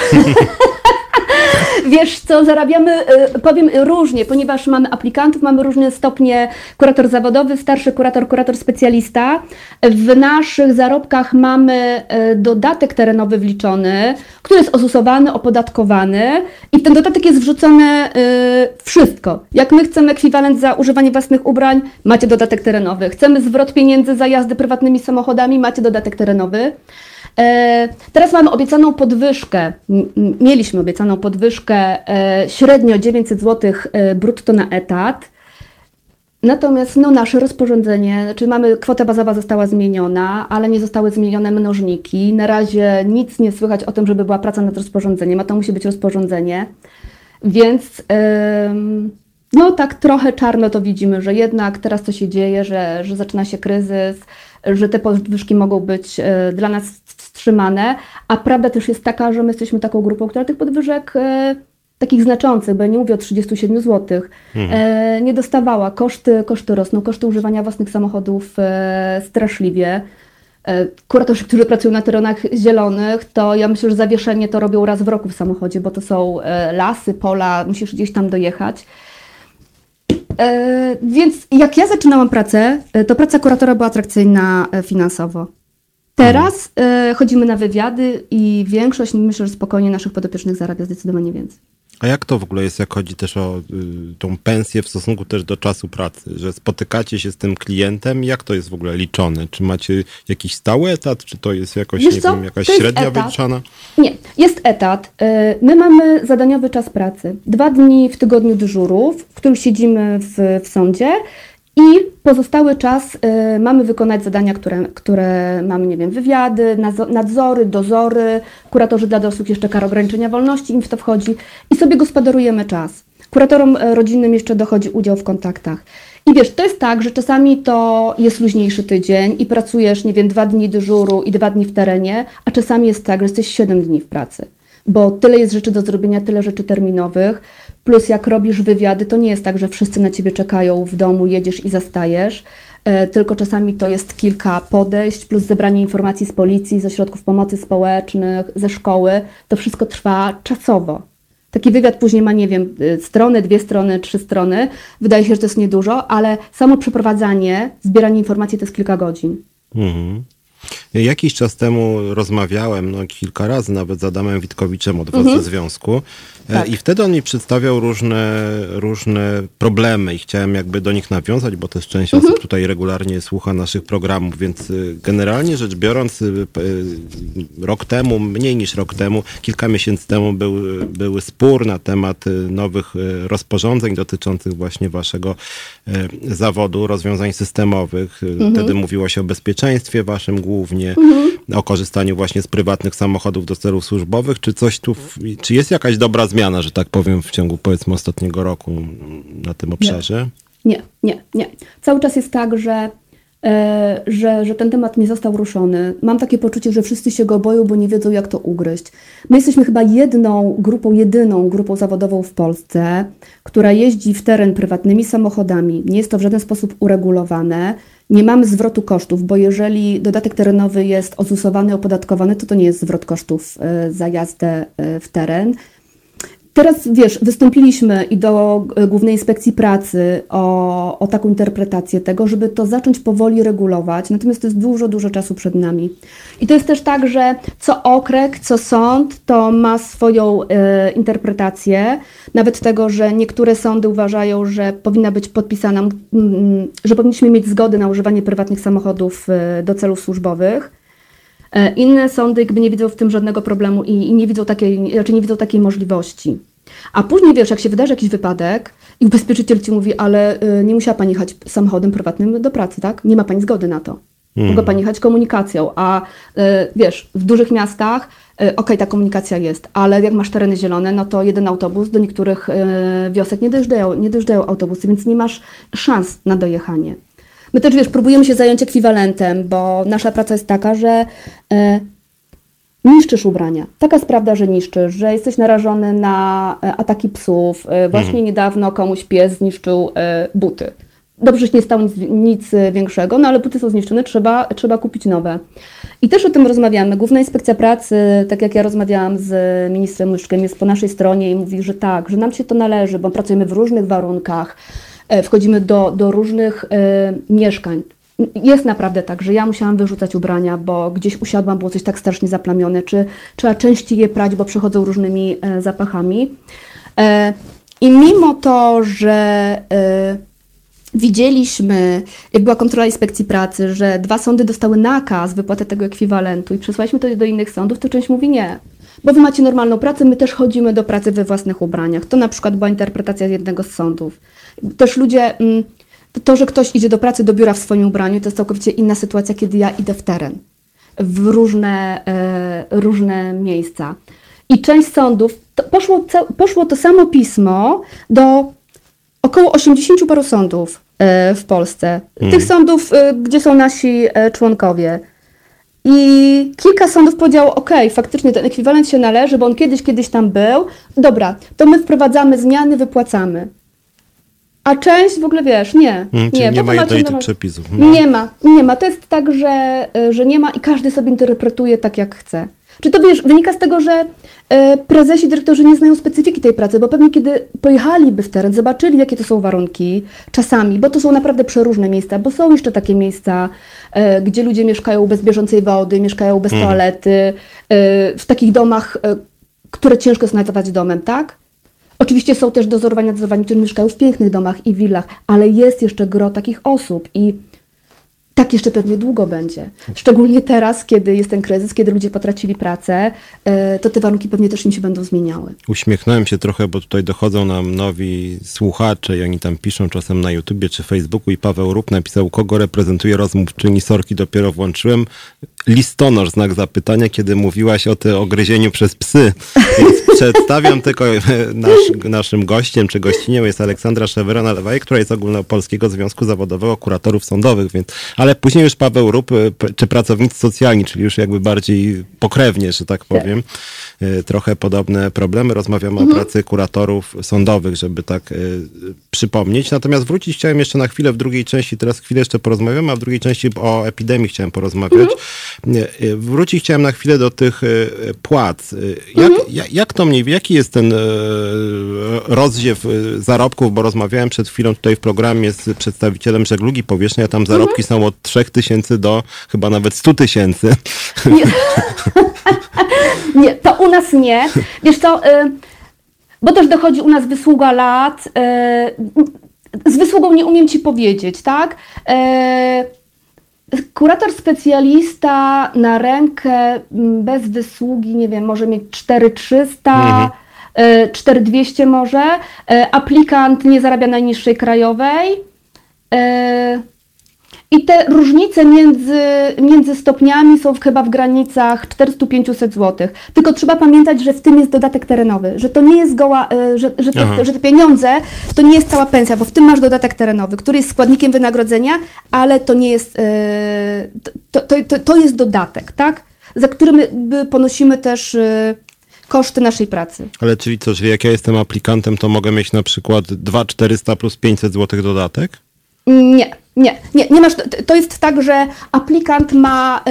Speaker 5: Wiesz co, zarabiamy, powiem różnie, ponieważ mamy aplikantów, mamy różne stopnie, kurator zawodowy, starszy kurator, kurator specjalista. W naszych zarobkach mamy dodatek terenowy wliczony, który jest osusowany, opodatkowany i w ten dodatek jest wrzucone wszystko. Jak my chcemy ekwiwalent za używanie własnych ubrań, macie dodatek terenowy. Chcemy zwrot pieniędzy za jazdy prywatnymi samochodami, macie dodatek terenowy. Teraz mamy obiecaną podwyżkę, mieliśmy obiecaną podwyżkę średnio dziewięćset złotych brutto na etat, natomiast no, nasze rozporządzenie, znaczy mamy, kwota bazowa została zmieniona, ale nie zostały zmienione mnożniki, na razie nic nie słychać o tym, żeby była praca nad rozporządzeniem, a to musi być rozporządzenie, więc no tak trochę czarno to widzimy, że jednak teraz to się dzieje, że, że zaczyna się kryzys, że te podwyżki mogą być dla nas wstrzymane, a prawda też jest taka, że my jesteśmy taką grupą, która tych podwyżek e, takich znaczących, bo ja nie mówię o trzydziestu siedmiu złotych, mhm. e, nie dostawała. Koszty, koszty rosną, koszty używania własnych samochodów e, straszliwie. Kuratorzy, którzy pracują na terenach zielonych, to ja myślę, że zawieszenie to robią raz w roku w samochodzie, bo to są lasy, pola, musisz gdzieś tam dojechać. Więc jak ja zaczynałam pracę, to praca kuratora była atrakcyjna finansowo. Teraz hmm. chodzimy na wywiady i większość, myślę, że spokojnie naszych podopiecznych zarabia zdecydowanie więcej.
Speaker 1: A jak to w ogóle jest, jak chodzi też o y, tą pensję w stosunku też do czasu pracy, że spotykacie się z tym klientem, jak to jest w ogóle liczone? Czy macie jakiś stały etat, czy to jest jakoś,
Speaker 5: Wiesz
Speaker 1: nie
Speaker 5: co?
Speaker 1: wiem, jakaś
Speaker 5: To jest
Speaker 1: średnia
Speaker 5: etat.
Speaker 1: wyliczana?
Speaker 5: Nie, jest etat. My mamy zadaniowy czas pracy. Dwa dni w tygodniu dyżurów, w których siedzimy w, w sądzie i pozostały czas y, mamy wykonać zadania, które, które mamy, nie wiem, wywiady, nadzory, dozory, kuratorzy dla dorosłych jeszcze kara ograniczenia wolności, im w to wchodzi i sobie gospodarujemy czas. Kuratorom rodzinnym jeszcze dochodzi udział w kontaktach. I wiesz, to jest tak, że czasami to jest luźniejszy tydzień i pracujesz, nie wiem, dwa dni dyżuru i dwa dni w terenie, a czasami jest tak, że jesteś siedem dni w pracy. Bo tyle jest rzeczy do zrobienia, tyle rzeczy terminowych, plus jak robisz wywiady, to nie jest tak, że wszyscy na ciebie czekają w domu, jedziesz i zastajesz, e, tylko czasami to jest kilka podejść, plus zebranie informacji z policji, ze środków pomocy społecznych, ze szkoły, to wszystko trwa czasowo. Taki wywiad później ma, nie wiem, stronę, dwie strony, trzy strony, wydaje się, że to jest niedużo, ale samo przeprowadzanie, zbieranie informacji to jest kilka godzin.
Speaker 1: Mhm. Jakiś czas temu rozmawiałem, no kilka razy nawet z Adamem Witkowiczem od Władcy mhm. Związku tak. i wtedy on mi przedstawiał różne, różne problemy i chciałem jakby do nich nawiązać, bo też część mhm. osób tutaj regularnie słucha naszych programów, więc generalnie rzecz biorąc rok temu, mniej niż rok temu, kilka miesięcy temu był, był spór na temat nowych rozporządzeń dotyczących właśnie waszego zawodu, rozwiązań systemowych. Mhm. Wtedy mówiło się o bezpieczeństwie waszym głównie, mhm. o korzystaniu właśnie z prywatnych samochodów do celów służbowych. Czy coś tu, czy jest jakaś dobra zmiana, że tak powiem, w ciągu powiedzmy ostatniego roku na tym obszarze?
Speaker 5: Nie, nie, nie. Cały czas jest tak, że, e, że, że ten temat nie został ruszony. Mam takie poczucie, że wszyscy się go boją, bo nie wiedzą, jak to ugryźć. My jesteśmy chyba jedną grupą, jedyną grupą zawodową w Polsce, która jeździ w teren prywatnymi samochodami. Nie jest to w żaden sposób uregulowane. Nie mamy zwrotu kosztów, bo jeżeli dodatek terenowy jest ozusowany, opodatkowany, to to nie jest zwrot kosztów za jazdę w teren. Teraz, wiesz, wystąpiliśmy i do Głównej Inspekcji Pracy o, o taką interpretację tego, żeby to zacząć powoli regulować, natomiast to jest dużo, dużo czasu przed nami. I to jest też tak, że co okręg, co sąd, to ma swoją y, interpretację, nawet tego, że niektóre sądy uważają, że powinna być podpisana, y, że powinniśmy mieć zgodę na używanie prywatnych samochodów y, do celów służbowych. Inne sądy jakby nie widzą w tym żadnego problemu i, i nie widzą takiej, raczej nie widzą takiej możliwości. A później, wiesz, jak się wydarzy jakiś wypadek i ubezpieczyciel ci mówi, ale y, nie musiała pani jechać samochodem prywatnym do pracy, tak? Nie ma pani zgody na to. Hmm. Mogła pani jechać komunikacją, a y, wiesz, w dużych miastach y, okej, okay, ta komunikacja jest, ale jak masz tereny zielone, no to jeden autobus, do niektórych y, wiosek nie dojeżdżają, nie dojeżdżają autobusy, więc nie masz szans na dojechanie. My też, wiesz, próbujemy się zająć ekwiwalentem, bo nasza praca jest taka, że e, niszczysz ubrania. Taka jest prawda, że niszczysz, że jesteś narażony na e, ataki psów. E, właśnie mhm. niedawno komuś pies zniszczył e, buty. Dobrze, że nie stało nic, nic większego, no ale buty są zniszczone, trzeba, trzeba kupić nowe. I też o tym rozmawiamy. Główna Inspekcja Pracy, tak jak ja rozmawiałam z ministrem Łyszczkiem, jest po naszej stronie i mówi, że tak, że nam się to należy, bo pracujemy w różnych warunkach. Wchodzimy do, do różnych e, mieszkań. Jest naprawdę tak, że ja musiałam wyrzucać ubrania, bo gdzieś usiadłam, było coś tak strasznie zaplamione, czy trzeba częściej je prać, bo przechodzą różnymi e, zapachami. E, I mimo to, że e, widzieliśmy, jak była kontrola Inspekcji Pracy, że dwa sądy dostały nakaz wypłaty tego ekwiwalentu i przesłaliśmy to do innych sądów, to część mówi nie. Bo wy macie normalną pracę, my też chodzimy do pracy we własnych ubraniach. To na przykład była interpretacja z jednego z sądów. Też ludzie, to, że ktoś idzie do pracy, do biura w swoim ubraniu, to jest całkowicie inna sytuacja, kiedy ja idę w teren, w różne, e, różne miejsca. I część sądów, to poszło, poszło to samo pismo do około osiemdziesięciu paru sądów e, w Polsce. Hmm. Tych sądów, e, gdzie są nasi e, członkowie. I kilka sądów powiedziało, ok, faktycznie ten ekwiwalent się należy, bo on kiedyś, kiedyś tam był. Dobra, to my wprowadzamy zmiany, wypłacamy. A część w ogóle, wiesz, nie.
Speaker 1: Hmm,
Speaker 5: nie,
Speaker 1: nie ma jednolitych
Speaker 5: normal...
Speaker 1: przepisów. Hmm.
Speaker 5: Nie ma, nie ma. To jest tak, że, że nie ma i każdy sobie interpretuje tak, jak chce. Czy to, wiesz, wynika z tego, że e, prezesi, dyrektorzy nie znają specyfiki tej pracy, bo pewnie kiedy pojechaliby w teren, zobaczyli, jakie to są warunki, czasami, bo to są naprawdę przeróżne miejsca, bo są jeszcze takie miejsca, e, gdzie ludzie mieszkają bez bieżącej wody, mieszkają bez
Speaker 1: Mhm.
Speaker 5: toalety, e, w takich domach, e, które ciężko jest nazwać domem, tak? Oczywiście są też dozorowani, nadzorowani, którzy mieszkają w pięknych domach i willach, ale jest jeszcze gro takich osób i tak jeszcze pewnie długo będzie. Szczególnie teraz, kiedy jest ten kryzys, kiedy ludzie potracili pracę, to te warunki pewnie też im się będą zmieniały.
Speaker 1: Uśmiechnąłem się trochę, bo tutaj dochodzą nam nowi słuchacze i oni tam piszą czasem na YouTubie czy Facebooku i Paweł Rup napisał, kogo reprezentuje rozmówczyni Sorki, dopiero włączyłem. Listonosz, znak zapytania, kiedy mówiłaś o tym ogryzieniu przez psy. Więc przedstawiam tylko nasz, naszym gościem czy gościnią jest Aleksandra Szewera-Nalewaj, która jest Ogólnopolskiego Związku Zawodowego Kuratorów Sądowych, więc, ale później już Paweł Rup, czy pracownicy socjalni, czyli już jakby bardziej pokrewnie, że tak powiem. Trochę podobne problemy. Rozmawiamy mhm. o pracy kuratorów sądowych, żeby tak y, przypomnieć. Natomiast wrócić chciałem jeszcze na chwilę w drugiej części, teraz chwilę jeszcze porozmawiamy, a w drugiej części o epidemii chciałem porozmawiać. Mhm. Y, wrócić chciałem na chwilę do tych y, płac. Y, jak, mhm. jak, jak to mniej, jaki jest ten y, rozziew y, zarobków, bo rozmawiałem przed chwilą tutaj w programie z przedstawicielem żeglugi powietrznej, a tam zarobki mhm. są od trzech tysięcy do chyba nawet stu tysięcy.
Speaker 5: Nie. Nie, to u nas nie. Wiesz co, y, bo też dochodzi u nas wysługa lat. Y, z wysługą nie umiem ci powiedzieć, tak? Y, kurator specjalista na rękę bez wysługi, nie wiem, może mieć cztery tysiące trzysta, mhm. y, cztery tysiące dwieście może. Y, aplikant nie zarabia najniższej krajowej. Y, I te różnice między, między stopniami są chyba w granicach czterysta do pięciuset złotych. Tylko trzeba pamiętać, że w tym jest dodatek terenowy, że to nie jest zgoła, że, że, te, że te pieniądze to nie jest cała pensja, bo w tym masz dodatek terenowy, który jest składnikiem wynagrodzenia, ale to nie jest, to, to, to, to jest dodatek, tak? Za który my ponosimy też koszty naszej pracy.
Speaker 1: Ale czyli co, czyli jak ja jestem aplikantem, to mogę mieć na przykład dwa tysiące czterysta plus pięćset złotych dodatek?
Speaker 5: Nie, nie, nie, nie masz, to jest tak, że aplikant ma,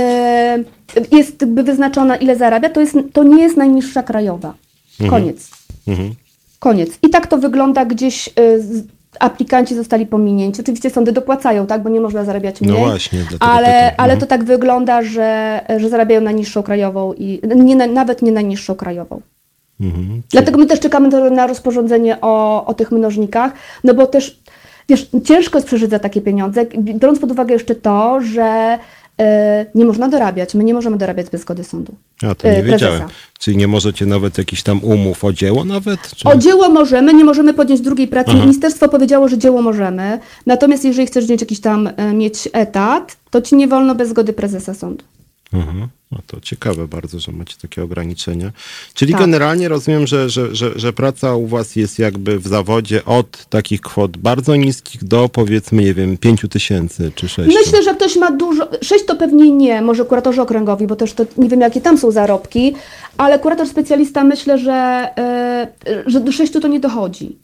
Speaker 5: y, jest jakby wyznaczona ile zarabia, to, jest, to nie jest najniższa krajowa. Koniec. Mhm. Koniec. I tak to wygląda gdzieś, y, aplikanci zostali pominięci. Oczywiście sądy dopłacają, tak, bo nie można zarabiać mniej.
Speaker 1: No właśnie.
Speaker 5: Ale, mhm. ale to tak wygląda, że, że zarabiają najniższą krajową i nie, nawet nie najniższą krajową. Mhm. Dlatego my też czekamy na rozporządzenie o, o tych mnożnikach, no bo też wiesz, ciężko jest przeżyć za takie pieniądze, biorąc pod uwagę jeszcze to, że y, nie można dorabiać. My nie możemy dorabiać bez zgody sądu.
Speaker 1: A to nie
Speaker 5: y,
Speaker 1: wiedziałem. Czyli nie możecie nawet jakiś tam umów o dzieło nawet? Czy...
Speaker 5: O dzieło możemy, nie możemy podjąć drugiej pracy. Aha. Ministerstwo powiedziało, że dzieło możemy. Natomiast jeżeli chcesz mieć jakiś tam, y, mieć etat, to ci nie wolno bez zgody prezesa sądu.
Speaker 1: Mhm. No to ciekawe bardzo, że macie takie ograniczenia. Czyli
Speaker 5: tak.
Speaker 1: generalnie rozumiem, że, że, że, że praca u was jest jakby w zawodzie od takich kwot bardzo niskich do powiedzmy, nie wiem, pięciu tysięcy czy sześciu.
Speaker 5: Myślę, że ktoś ma dużo, sześć to pewnie nie, może kuratorzy okręgowi, bo też to nie wiem jakie tam są zarobki, ale kurator specjalista myślę, że, yy, że do sześciu to nie dochodzi.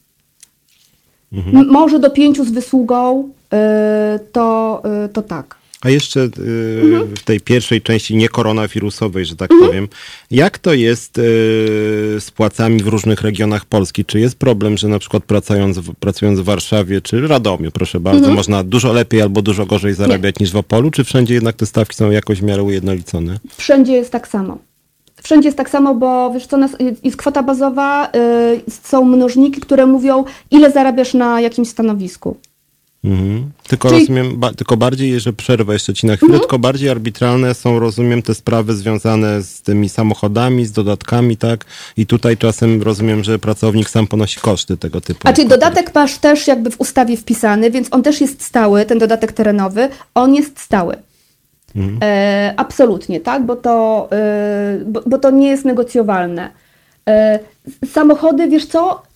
Speaker 5: Mhm. M- może do pięciu z wysługą yy, to, yy, to tak.
Speaker 1: A jeszcze y, mhm. w tej pierwszej części niekoronawirusowej, że tak
Speaker 5: mhm.
Speaker 1: powiem, jak to jest y, z płacami w różnych regionach Polski? Czy jest problem, że na przykład pracując w, pracując w Warszawie czy Radomiu, proszę bardzo, mhm. można dużo lepiej albo dużo gorzej zarabiać Nie. niż w Opolu? Czy wszędzie jednak te stawki są jakoś w miarę ujednolicone?
Speaker 5: Wszędzie jest tak samo. Wszędzie jest tak samo, bo wiesz co, jest kwota bazowa, y, są mnożniki, które mówią, ile zarabiasz na jakimś stanowisku.
Speaker 1: Mhm. Tylko
Speaker 5: Czyli...
Speaker 1: rozumiem, ba, tylko bardziej, że przerwę jeszcze ci na chwilę, mhm. tylko bardziej arbitralne są, rozumiem, te sprawy związane z tymi samochodami, z dodatkami, tak? I tutaj czasem rozumiem, że pracownik sam ponosi koszty tego typu.
Speaker 5: A czyli dodatek masz też jakby w ustawie wpisany, więc on też jest stały, ten dodatek terenowy, on jest stały. Mhm. E, absolutnie, tak? Bo to, e, bo, bo to nie jest negocjowalne. E, samochody, wiesz co?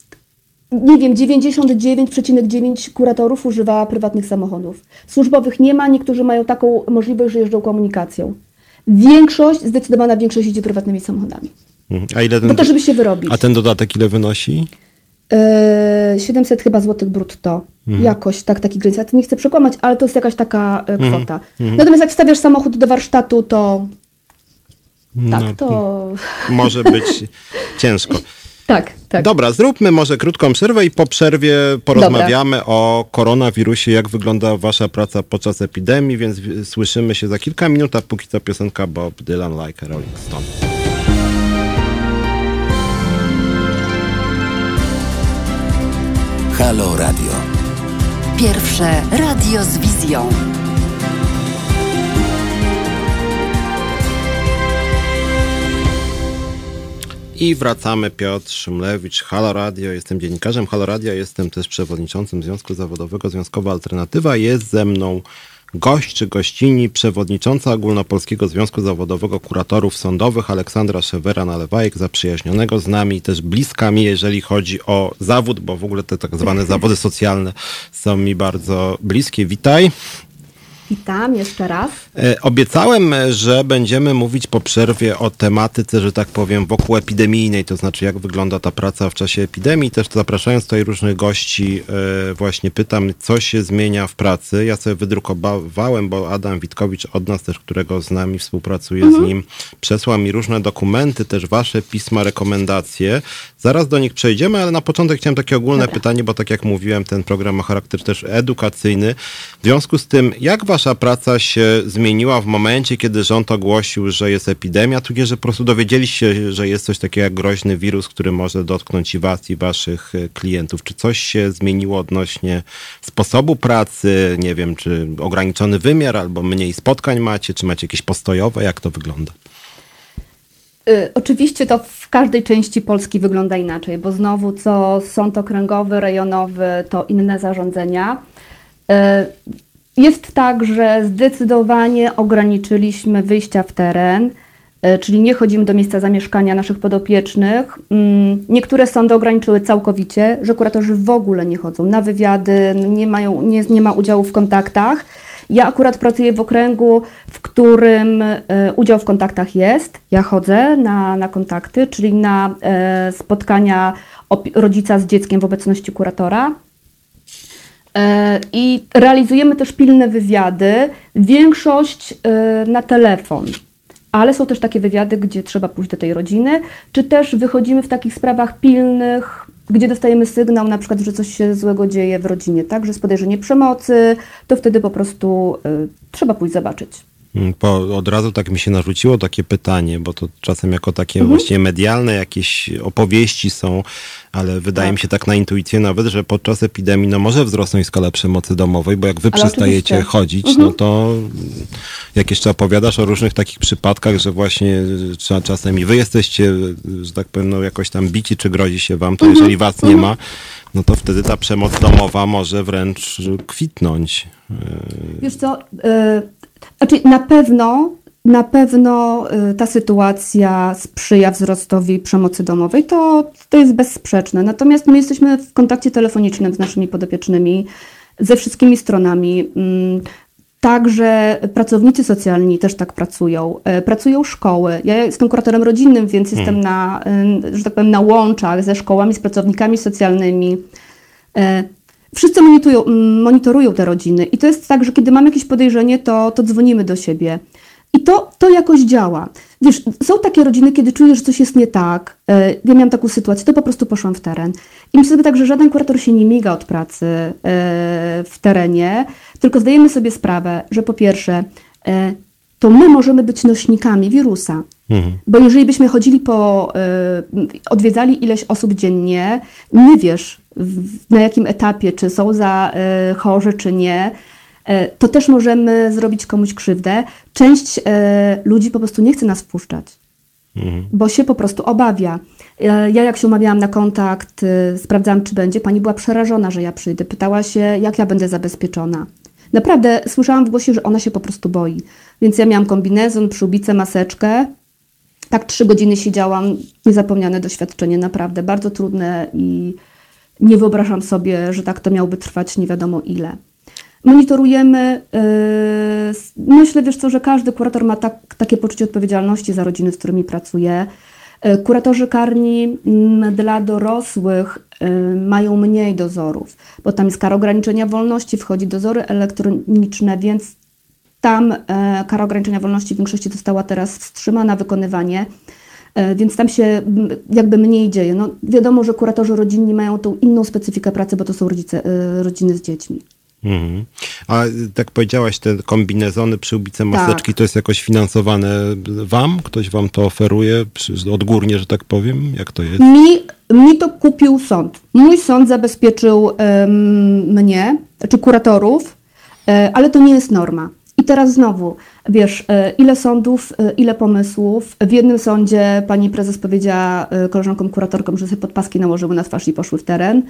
Speaker 5: Nie wiem, dziewięćdziesiąt dziewięć przecinek dziewięć kuratorów używa prywatnych samochodów. Służbowych nie ma, niektórzy mają taką możliwość, że jeżdżą komunikacją. Większość, zdecydowana większość jeździ prywatnymi samochodami.
Speaker 1: A ile ten,
Speaker 5: bo to, żeby się wyrobić.
Speaker 1: A ten dodatek ile wynosi?
Speaker 5: Yy, siedemset chyba złotych brutto. Mhm. Jakoś tak, taki granic. Ja nie chcę przekłamać, ale to jest jakaś taka y, kwota. Mhm. Natomiast jak wstawiasz samochód do warsztatu, to tak, no, to...
Speaker 1: Może być ciężko.
Speaker 5: Tak, tak.
Speaker 1: Dobra, zróbmy może krótką przerwę i po przerwie porozmawiamy Dobra. o koronawirusie, jak wygląda wasza praca podczas epidemii, więc słyszymy się za kilka minut, a póki co piosenka Bob Dylan, Like a Rolling Stone.
Speaker 2: Halo Radio.
Speaker 3: Pierwsze radio z wizją.
Speaker 1: I wracamy. Piotr Szymlewicz, Halo Radio. Jestem dziennikarzem Halo Radio, jestem też przewodniczącym Związku Zawodowego Związkowa Alternatywa. Jest ze mną gość czy gościni, przewodnicząca Ogólnopolskiego Związku Zawodowego Kuratorów Sądowych Aleksandra Szewera-Nalewajek, zaprzyjaźnionego z nami, też bliska mi, jeżeli chodzi o zawód, bo w ogóle te tak zwane zawody socjalne są mi bardzo bliskie. Witaj.
Speaker 5: Witam jeszcze raz.
Speaker 1: E, obiecałem, że będziemy mówić po przerwie o tematyce, że tak powiem, wokół epidemijnej, to znaczy jak wygląda ta praca w czasie epidemii. Też zapraszając tutaj różnych gości, e, właśnie pytam, co się zmienia w pracy. Ja sobie wydrukowałem, bo Adam Witkowicz od nas też, którego z nami współpracuje mhm. z nim, przesłał mi różne dokumenty, też wasze pisma, rekomendacje. Zaraz do nich przejdziemy, ale na początek chciałem takie ogólne Dobra. pytanie, bo tak jak mówiłem, ten program ma charakter też edukacyjny. W związku z tym, jak wasza praca się zmieniła w momencie, kiedy rząd ogłosił, że jest epidemia, tudzież, że po prostu dowiedzieliście się, że jest coś takiego jak groźny wirus, który może dotknąć i was, i waszych klientów? Czy coś się zmieniło odnośnie sposobu pracy? Nie wiem, czy ograniczony wymiar, albo mniej spotkań macie, czy macie jakieś postojowe? Jak to wygląda?
Speaker 5: Y, oczywiście to w każdej części Polski wygląda inaczej, bo znowu co sąd okręgowy, rejonowy, to inne zarządzenia. Y, Jest tak, że zdecydowanie ograniczyliśmy wyjścia w teren, czyli nie chodzimy do miejsca zamieszkania naszych podopiecznych. Niektóre sądy ograniczyły całkowicie, że kuratorzy w ogóle nie chodzą na wywiady, nie, mają, nie, nie ma udziału w kontaktach. Ja akurat pracuję w okręgu, w którym udział w kontaktach jest. Ja chodzę na, na kontakty, czyli na spotkania rodzica z dzieckiem w obecności kuratora. I realizujemy też pilne wywiady, większość na telefon, ale są też takie wywiady, gdzie trzeba pójść do tej rodziny, czy też wychodzimy w takich sprawach pilnych, gdzie dostajemy sygnał na przykład, że coś się złego dzieje w rodzinie, tak, że jest podejrzenie przemocy, to wtedy po prostu y, trzeba pójść zobaczyć.
Speaker 1: Po, od razu tak mi się narzuciło takie pytanie, bo to czasem jako takie mhm. właściwie medialne jakieś opowieści są, ale wydaje tak. mi się tak na intuicję nawet, że podczas epidemii no może wzrosnąć skala przemocy domowej, bo jak wy ale przestajecie oczywiście. chodzić, mhm. no to jak jeszcze opowiadasz o różnych takich przypadkach, że właśnie czasem i wy jesteście, że tak powiem, no jakoś tam bici, czy grozi się wam, to mhm. jeżeli was nie ma, no to wtedy ta przemoc domowa może wręcz kwitnąć.
Speaker 5: Wiesz co, y- Znaczy na pewno, na pewno ta sytuacja sprzyja wzrostowi przemocy domowej, to, to jest bezsprzeczne. Natomiast my jesteśmy w kontakcie telefonicznym z naszymi podopiecznymi, ze wszystkimi stronami. Także pracownicy socjalni też tak pracują. Pracują szkoły. Ja jestem kuratorem rodzinnym, więc hmm. jestem na, że tak powiem, na łączach ze szkołami, z pracownikami socjalnymi. Wszyscy monitorują, monitorują te rodziny i to jest tak, że kiedy mamy jakieś podejrzenie, to, to dzwonimy do siebie. I to, to jakoś działa. Wiesz, są takie rodziny, kiedy czujesz, że coś jest nie tak. Ja miałam taką sytuację, to po prostu poszłam w teren. I myślę sobie tak, że żaden kurator się nie miga od pracy w terenie, tylko zdajemy sobie sprawę, że po pierwsze, to my możemy być nośnikami wirusa. Mhm. Bo jeżeli byśmy chodzili po, odwiedzali ileś osób dziennie, nie wiesz na jakim etapie, czy są za chorzy, czy nie, to też możemy zrobić komuś krzywdę. Część ludzi po prostu nie chce nas wpuszczać, mhm. bo się po prostu obawia. Ja jak się umawiałam na kontakt, sprawdzałam, czy będzie, pani była przerażona, że ja przyjdę. Pytała się, jak ja będę zabezpieczona. Naprawdę słyszałam w głosie, że ona się po prostu boi. Więc ja miałam kombinezon, przyłbicę, maseczkę. Tak trzy godziny siedziałam, niezapomniane doświadczenie, naprawdę bardzo trudne i nie wyobrażam sobie, że tak to miałoby trwać nie wiadomo ile. Monitorujemy, yy, myślę, wiesz co, że każdy kurator ma tak, takie poczucie odpowiedzialności za rodziny, z którymi pracuje. Kuratorzy karni dla dorosłych mają mniej dozorów, bo tam jest kara ograniczenia wolności, wchodzi dozory elektroniczne, więc tam kara ograniczenia wolności w większości została teraz wstrzymana wykonywanie, więc tam się jakby mniej dzieje. No, wiadomo, że kuratorzy rodzinni mają tą inną specyfikę pracy, bo to są rodzice, rodziny z dziećmi.
Speaker 1: Mhm. A tak powiedziałaś, te kombinezony, przyłbice, maseczki,
Speaker 5: tak.
Speaker 1: To jest jakoś finansowane wam? Ktoś wam to oferuje odgórnie, że tak powiem? Jak to jest?
Speaker 5: Mi, mi to kupił sąd. Mój sąd zabezpieczył um, mnie, czy kuratorów, um, ale to nie jest norma. I teraz znowu, wiesz, ile sądów, ile pomysłów. W jednym sądzie pani prezes powiedziała koleżankom kuratorkom, że sobie podpaski nałożyły na twarz i poszły w teren.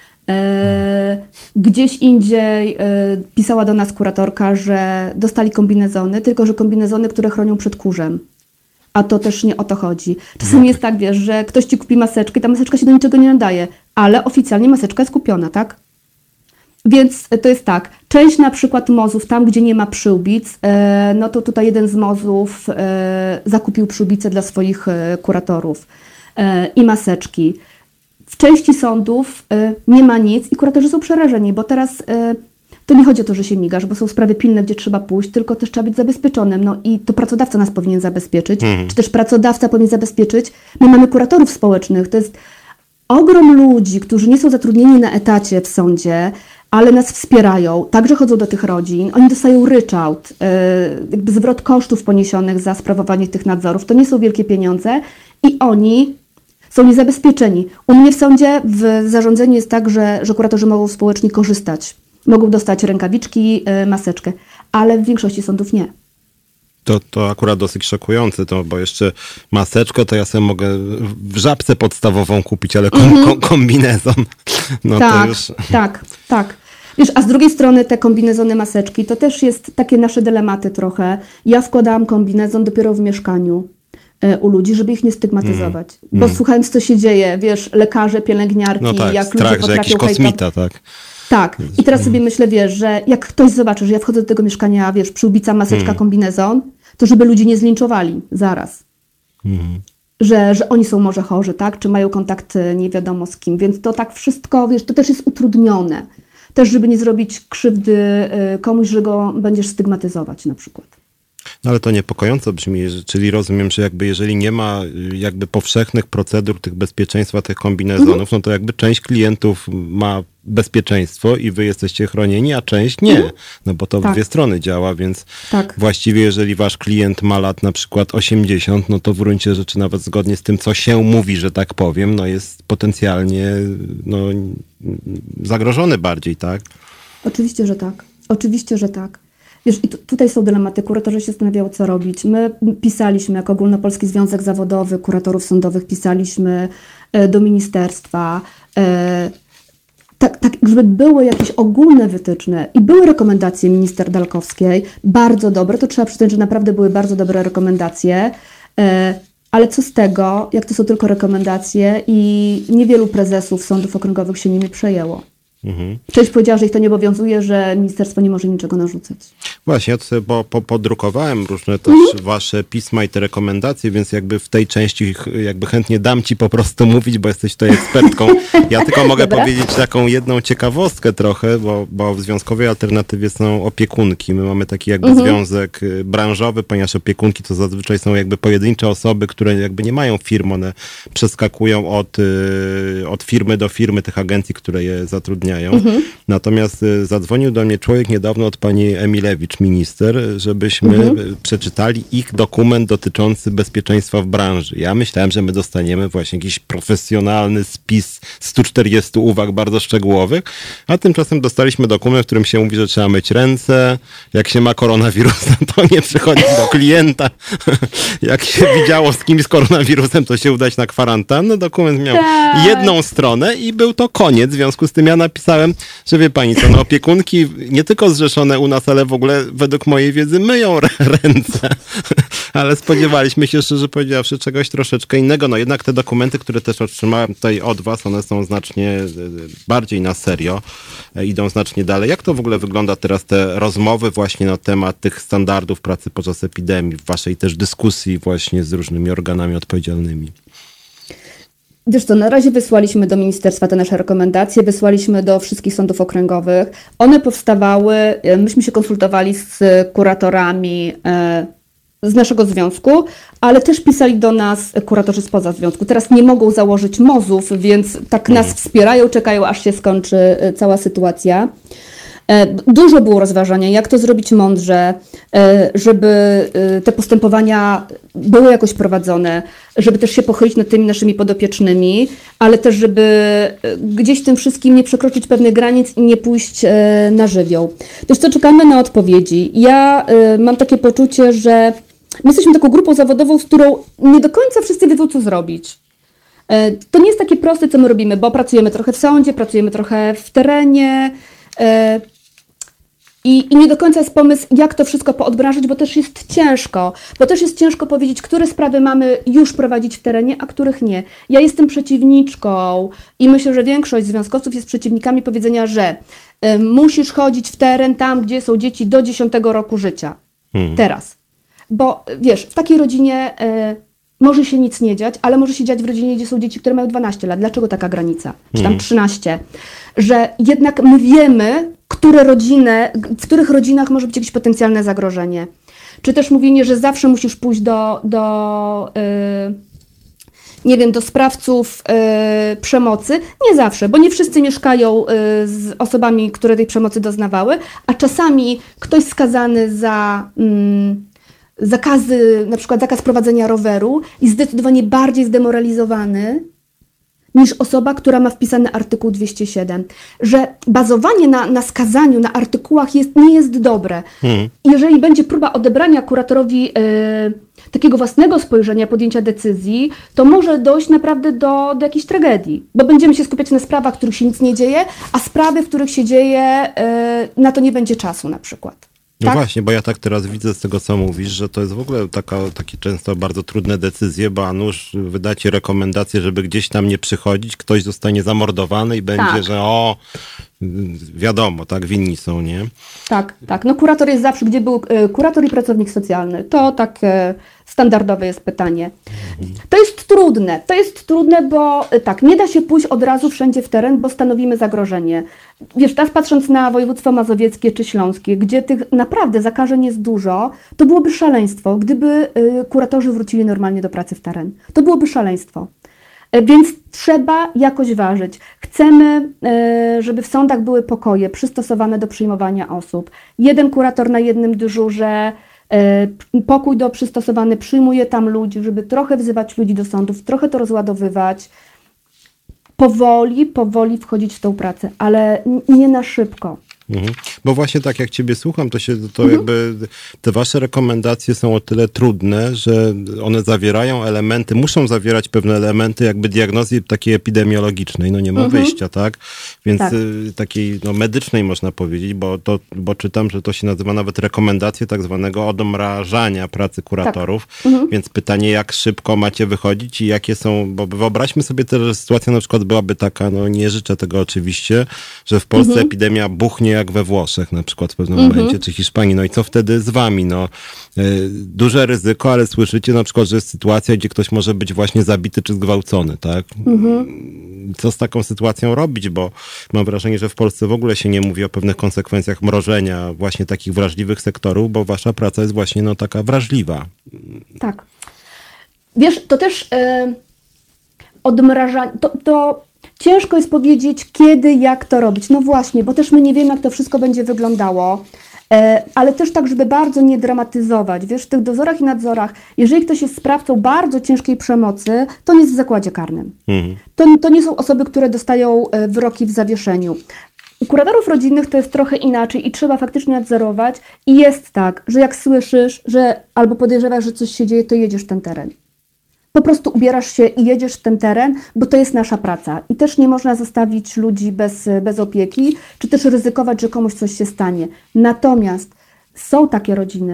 Speaker 5: Gdzieś indziej pisała do nas kuratorka, że dostali kombinezony, tylko że kombinezony, które chronią przed kurzem. A to też nie o to chodzi. Czasami jest tak, wiesz, że ktoś ci kupi maseczkę i ta maseczka się do niczego nie nadaje, ale oficjalnie maseczka jest kupiona, tak? Więc to jest tak, część na przykład mozów, tam gdzie nie ma przyłbic, no to tutaj jeden z mozów zakupił przyłbice dla swoich kuratorów i maseczki. W części sądów nie ma nic i kuratorzy są przerażeni, bo teraz to nie chodzi o to, że się migasz, bo są sprawy pilne, gdzie trzeba pójść, tylko też trzeba być zabezpieczonym. No i to pracodawca nas powinien zabezpieczyć, mhm. czy też pracodawca powinien zabezpieczyć. My mamy kuratorów społecznych, to jest ogrom ludzi, którzy nie są zatrudnieni na etacie w sądzie, ale nas wspierają, także chodzą do tych rodzin, oni dostają ryczałt, jakby zwrot kosztów poniesionych za sprawowanie tych nadzorów, to nie są wielkie pieniądze i oni są niezabezpieczeni. U mnie w sądzie w zarządzeniu jest tak, że, że kuratorzy mogą społecznie korzystać, mogą dostać rękawiczki, maseczkę, ale w większości sądów nie.
Speaker 1: To, to akurat dosyć szokujące, to, bo jeszcze maseczkę to ja sobie mogę w Żabce podstawową kupić, ale kom, mm-hmm. kom, kombinezon, no
Speaker 5: tak,
Speaker 1: to już...
Speaker 5: Tak, tak. Wiesz, a z drugiej strony te kombinezony, maseczki, to też jest takie nasze dylematy trochę. Ja wkładałam kombinezon dopiero w mieszkaniu y, u ludzi, żeby ich nie stygmatyzować. Mm. Bo mm. słuchając, co się dzieje, wiesz, lekarze, pielęgniarki,
Speaker 1: no tak,
Speaker 5: jak
Speaker 1: strach,
Speaker 5: ludzie
Speaker 1: że jakiś kosmita, tak.
Speaker 5: Tak. I teraz sobie myślę, wiesz, że jak ktoś zobaczy, że ja wchodzę do tego mieszkania, wiesz, przyłbica, maseczka, mm. kombinezon, to żeby ludzie nie zlinczowali zaraz. Mm. Że, że oni są może chorzy, tak? Czy mają kontakt nie wiadomo z kim. Więc to tak wszystko, wiesz, to też jest utrudnione. Też, żeby nie zrobić krzywdy komuś, że go będziesz stygmatyzować na przykład.
Speaker 1: No ale to niepokojąco brzmi, czyli rozumiem, że jakby jeżeli nie ma jakby powszechnych procedur tych bezpieczeństwa, tych kombinezonów, mhm. no to jakby część klientów ma bezpieczeństwo i wy jesteście chronieni, a część nie. Mhm. No bo to tak. w dwie strony działa, więc tak. właściwie jeżeli wasz klient ma lat na przykład osiemdziesiąt, no to w gruncie rzeczy nawet zgodnie z tym, co się mówi, że tak powiem, no jest potencjalnie no, zagrożony bardziej, tak?
Speaker 5: Oczywiście, że tak. Oczywiście, że tak. Wiesz, i tu, tutaj są dylematy. Kuratorzy się zastanawiają, co robić. My pisaliśmy, jako Ogólnopolski Związek Zawodowy Kuratorów Sądowych, pisaliśmy e, do ministerstwa, e, tak, tak, żeby były jakieś ogólne wytyczne i były rekomendacje minister Dalkowskiej, bardzo dobre, to trzeba przyznać, że naprawdę były bardzo dobre rekomendacje, e, ale co z tego, jak to są tylko rekomendacje i niewielu prezesów sądów okręgowych się nimi przejęło. Mhm. Część powiedziała, że ich to nie obowiązuje, że ministerstwo nie może niczego narzucać.
Speaker 1: Właśnie, ja to sobie po, po, podrukowałem różne też mhm. wasze pisma i te rekomendacje, więc jakby w tej części jakby chętnie dam ci po prostu mówić, bo jesteś tutaj ekspertką. Ja tylko mogę Dobra. powiedzieć taką jedną ciekawostkę trochę, bo, bo w Związkowej Alternatywie są opiekunki. My mamy taki jakby mhm. związek branżowy, ponieważ opiekunki to zazwyczaj są jakby pojedyncze osoby, które jakby nie mają firm, one przeskakują od, od firmy do firmy tych agencji, które je zatrudniają. Mhm. Natomiast zadzwonił do mnie człowiek niedawno od pani Emilewicz, minister, żebyśmy mhm. przeczytali ich dokument dotyczący bezpieczeństwa w branży. Ja myślałem, że my dostaniemy właśnie jakiś profesjonalny spis stu czterdziestu uwag bardzo szczegółowych, a tymczasem dostaliśmy dokument, w którym się mówi, że trzeba myć ręce, jak się ma koronawirusa, to nie przychodzić do klienta. Jak się widziało z kimś z koronawirusem, to się udać na kwarantannę. Dokument miał tak. jedną stronę i był to koniec. W związku z tym ja napisałem Pisałem, że wie pani co, no opiekunki nie tylko zrzeszone u nas, ale w ogóle według mojej wiedzy myją ręce. Ale spodziewaliśmy się, szczerze powiedziawszy, czegoś troszeczkę innego. No jednak te dokumenty, które też otrzymałem tutaj od was, one są znacznie bardziej na serio, idą znacznie dalej. Jak to w ogóle wygląda teraz, te rozmowy właśnie na temat tych standardów pracy podczas epidemii, w waszej też dyskusji właśnie z różnymi organami odpowiedzialnymi?
Speaker 5: Wiesz co, na razie wysłaliśmy do ministerstwa te nasze rekomendacje, wysłaliśmy do wszystkich sądów okręgowych. One powstawały, myśmy się konsultowali z kuratorami z naszego związku, ale też pisali do nas kuratorzy spoza związku. Teraz nie mogą założyć mozów, więc tak nas wspierają, czekają, aż się skończy cała sytuacja. Dużo było rozważania, jak to zrobić mądrze, żeby te postępowania były jakoś prowadzone, żeby też się pochylić nad tymi naszymi podopiecznymi, ale też żeby gdzieś tym wszystkim nie przekroczyć pewnych granic i nie pójść na żywioł. Też to czekamy na odpowiedzi. Ja mam takie poczucie, że my jesteśmy taką grupą zawodową, z którą nie do końca wszyscy wiedzą, co zrobić. To nie jest takie proste, co my robimy, bo pracujemy trochę w sądzie, pracujemy trochę w terenie, I, I nie do końca jest pomysł, jak to wszystko poodbrążyć, bo też jest ciężko. Bo też jest ciężko powiedzieć, które sprawy mamy już prowadzić w terenie, a których nie. Ja jestem przeciwniczką i myślę, że większość związkowców jest przeciwnikami powiedzenia, że y, musisz chodzić w teren tam, gdzie są dzieci do dziesiątego roku życia. Hmm. Teraz. Bo wiesz, w takiej rodzinie y, może się nic nie dziać, ale może się dziać w rodzinie, gdzie są dzieci, które mają dwanaście lat. Dlaczego taka granica? Czy tam trzynaście? Że jednak my wiemy, które rodziny, w których rodzinach może być jakieś potencjalne zagrożenie. Czy też mówienie, że zawsze musisz pójść do, do yy, nie wiem, do sprawców yy, przemocy. Nie zawsze, bo nie wszyscy mieszkają yy, z osobami, które tej przemocy doznawały, a czasami ktoś skazany za yy, zakazy, na przykład zakaz prowadzenia roweru jest zdecydowanie bardziej zdemoralizowany niż osoba, która ma wpisany artykuł dwieście siedem. Że bazowanie na, na skazaniu, na artykułach jest, nie jest dobre. Hmm. Jeżeli będzie próba odebrania kuratorowi y, takiego własnego spojrzenia, podjęcia decyzji, to może dojść naprawdę do, do jakiejś tragedii. Bo będziemy się skupiać na sprawach, w których się nic nie dzieje, a sprawy, w których się dzieje, y, na to nie będzie czasu na przykład.
Speaker 1: No
Speaker 5: tak?
Speaker 1: Właśnie, bo ja tak teraz widzę z tego, co mówisz, że to jest w ogóle taka, takie często bardzo trudne decyzje, bo a nuż wydacie rekomendację, żeby gdzieś tam nie przychodzić, ktoś zostanie zamordowany i będzie,
Speaker 5: tak.
Speaker 1: że o, wiadomo, tak, winni są, nie?
Speaker 5: Tak, tak. No kurator jest zawsze, gdzie był kurator i pracownik socjalny. To takie standardowe jest pytanie. To jest trudne, to jest trudne, bo tak, nie da się pójść od razu wszędzie w teren, bo stanowimy zagrożenie. Wiesz, teraz patrząc na województwo mazowieckie czy śląskie, gdzie tych naprawdę zakażeń jest dużo, to byłoby szaleństwo, gdyby kuratorzy wrócili normalnie do pracy w teren. To byłoby szaleństwo. Więc trzeba jakoś ważyć. Chcemy, żeby w sądach były pokoje przystosowane do przyjmowania osób. Jeden kurator na jednym dyżurze, pokój do przystosowany, przyjmuje tam ludzi, żeby trochę wzywać ludzi do sądów, trochę to rozładowywać. Powoli, powoli wchodzić w tą pracę, ale nie na szybko.
Speaker 1: Mhm. Bo właśnie tak jak ciebie słucham, to się to
Speaker 5: mhm.
Speaker 1: jakby te wasze rekomendacje są o tyle trudne, że one zawierają elementy, muszą zawierać pewne elementy jakby diagnozy takiej epidemiologicznej, no nie ma mhm. wyjścia, tak? Więc tak. y, takiej no, medycznej można powiedzieć, bo, to, bo czytam, że to się nazywa nawet rekomendacje tak zwanego odmrażania pracy kuratorów, tak. mhm. więc pytanie, jak szybko macie wychodzić i jakie są, bo wyobraźmy sobie też, że sytuacja na przykład byłaby taka, no nie życzę tego oczywiście, że w Polsce mhm. epidemia buchnie jak we Włoszech na przykład w pewnym mm-hmm. momencie, czy Hiszpanii. No i co wtedy z wami? No, y, duże ryzyko, ale słyszycie na przykład, że jest sytuacja, gdzie ktoś może być właśnie zabity czy zgwałcony, tak? Mm-hmm. Co z taką sytuacją robić? Bo mam wrażenie, że w Polsce w ogóle się nie mówi o pewnych konsekwencjach mrożenia właśnie takich wrażliwych sektorów, bo wasza praca jest właśnie no taka wrażliwa.
Speaker 5: Tak. Wiesz, to też yy, odmrażanie, to, to ciężko jest powiedzieć, kiedy, jak to robić. No właśnie, bo też my nie wiemy, jak to wszystko będzie wyglądało, ale też tak, żeby bardzo nie dramatyzować. Wiesz, w tych dozorach i nadzorach, jeżeli ktoś jest sprawcą bardzo ciężkiej przemocy, to nie jest w zakładzie karnym. Mhm. To, to nie są osoby, które dostają wyroki w zawieszeniu. U kuratorów rodzinnych to jest trochę inaczej i trzeba faktycznie nadzorować. I jest tak, że jak słyszysz, że albo podejrzewasz, że coś się dzieje, to jedziesz w ten teren. Po prostu ubierasz się i jedziesz w ten teren, bo to jest nasza praca. I też nie można zostawić ludzi bez, bez opieki, czy też ryzykować, że komuś coś się stanie. Natomiast są takie rodziny,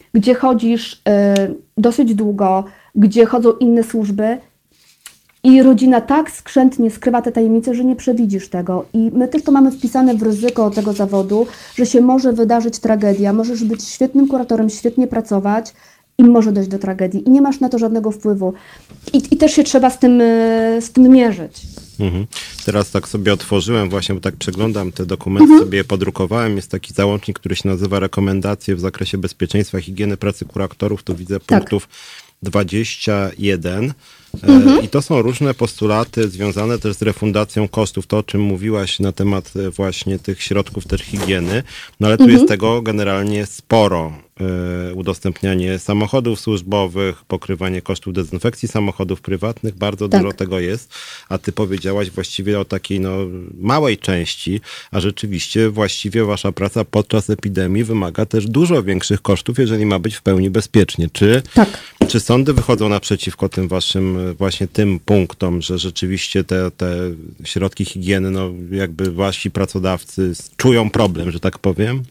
Speaker 5: gdzie chodzisz y, dosyć długo, gdzie chodzą inne służby i rodzina tak skrzętnie skrywa te tajemnice, że nie przewidzisz tego. I my też to mamy wpisane w ryzyko tego zawodu, że się może wydarzyć tragedia, możesz być świetnym kuratorem, świetnie pracować i może dojść do tragedii i nie masz na to żadnego wpływu. I, i też się trzeba z tym, z tym mierzyć.
Speaker 1: Mhm. Teraz tak sobie otworzyłem właśnie, bo tak przeglądam te dokumenty, mhm. sobie je podrukowałem. Jest taki załącznik, który się nazywa Rekomendacje w zakresie bezpieczeństwa i higieny pracy kuratorów. Tu widzę
Speaker 5: tak.
Speaker 1: punktów dwadzieścia jeden.
Speaker 5: Mhm.
Speaker 1: I to są różne postulaty związane też z refundacją kosztów. To, o czym mówiłaś na temat właśnie tych środków też higieny. No ale tu
Speaker 5: mhm.
Speaker 1: jest tego generalnie sporo. Udostępnianie samochodów służbowych, pokrywanie kosztów dezynfekcji samochodów prywatnych, bardzo
Speaker 5: tak.
Speaker 1: dużo tego jest, a ty powiedziałaś właściwie o takiej no, małej części, a rzeczywiście właściwie wasza praca podczas epidemii wymaga też dużo większych kosztów, jeżeli ma być w pełni bezpiecznie. Czy,
Speaker 5: tak.
Speaker 1: czy sądy wychodzą naprzeciwko tym waszym właśnie tym punktom, że rzeczywiście te, te środki higieny, no jakby wasi pracodawcy czują problem, że tak powiem?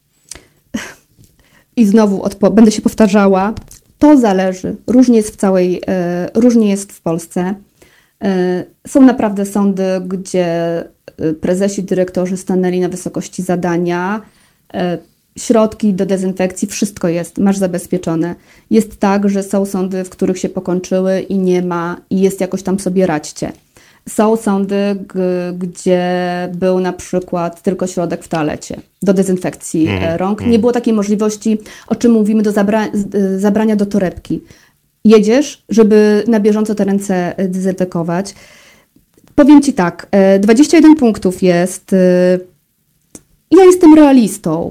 Speaker 5: I znowu odpo- będę się powtarzała, to zależy. Różnie jest w całej, e, różnie jest w Polsce. E, są naprawdę sądy, gdzie prezesi, dyrektorzy stanęli na wysokości zadania. E, środki do dezynfekcji, wszystko jest, masz zabezpieczone. Jest tak, że są sądy, w których się pokończyły i nie ma i jest jakoś tam sobie radźcie. Są sądy, g- gdzie był na przykład tylko środek w toalecie do dezynfekcji mm, rąk. Mm. Nie było takiej możliwości, o czym mówimy, do zabra- zabrania do torebki. Jedziesz, żeby na bieżąco te ręce dezynfekować. Powiem Ci tak, dwadzieścia jeden punktów jest. Ja jestem realistą.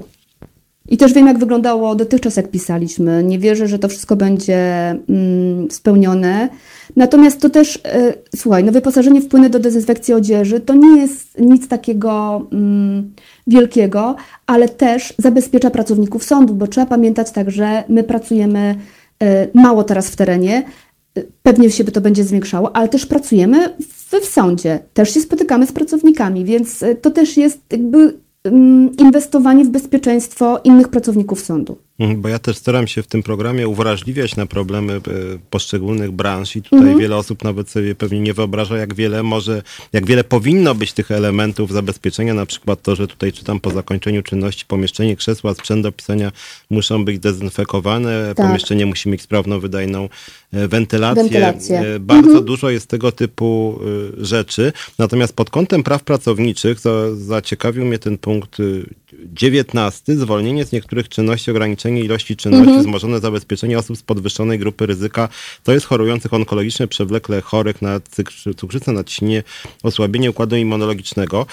Speaker 5: I też wiem, jak wyglądało dotychczas, jak pisaliśmy. Nie wierzę, że to wszystko będzie mm, spełnione. Natomiast to też, e, słuchaj, no wyposażenie w płyny do dezynfekcji odzieży to nie jest nic takiego mm, wielkiego, ale też zabezpiecza pracowników sądu, bo trzeba pamiętać tak, że my pracujemy e, mało teraz w terenie, e, pewnie się to będzie zwiększało, ale też pracujemy w, w sądzie, też się spotykamy z pracownikami, więc e, to też jest jakby inwestowanie w bezpieczeństwo innych pracowników sądu.
Speaker 1: Bo ja też staram się w tym programie uwrażliwiać na problemy poszczególnych branż i tutaj mhm. wiele osób nawet sobie pewnie nie wyobraża, jak wiele może, jak wiele powinno być tych elementów zabezpieczenia, na przykład to, że tutaj czytam po zakończeniu czynności pomieszczenie, krzesła, sprzęt do pisania muszą być dezynfekowane, tak. pomieszczenie musi mieć sprawną, wydajną wentylację. Wentylację. Bardzo mhm. dużo jest tego typu rzeczy. Natomiast pod kątem praw pracowniczych za, zaciekawił mnie ten punkt dziewiętnasty, zwolnienie z niektórych czynności, ograniczenie ilości czynności, mhm. wzmożone zabezpieczenie osób z podwyższonej grupy ryzyka, to jest chorujących onkologicznie, przewlekle chorych na cukrzycę, nadciśnienie, osłabienie układu immunologicznego.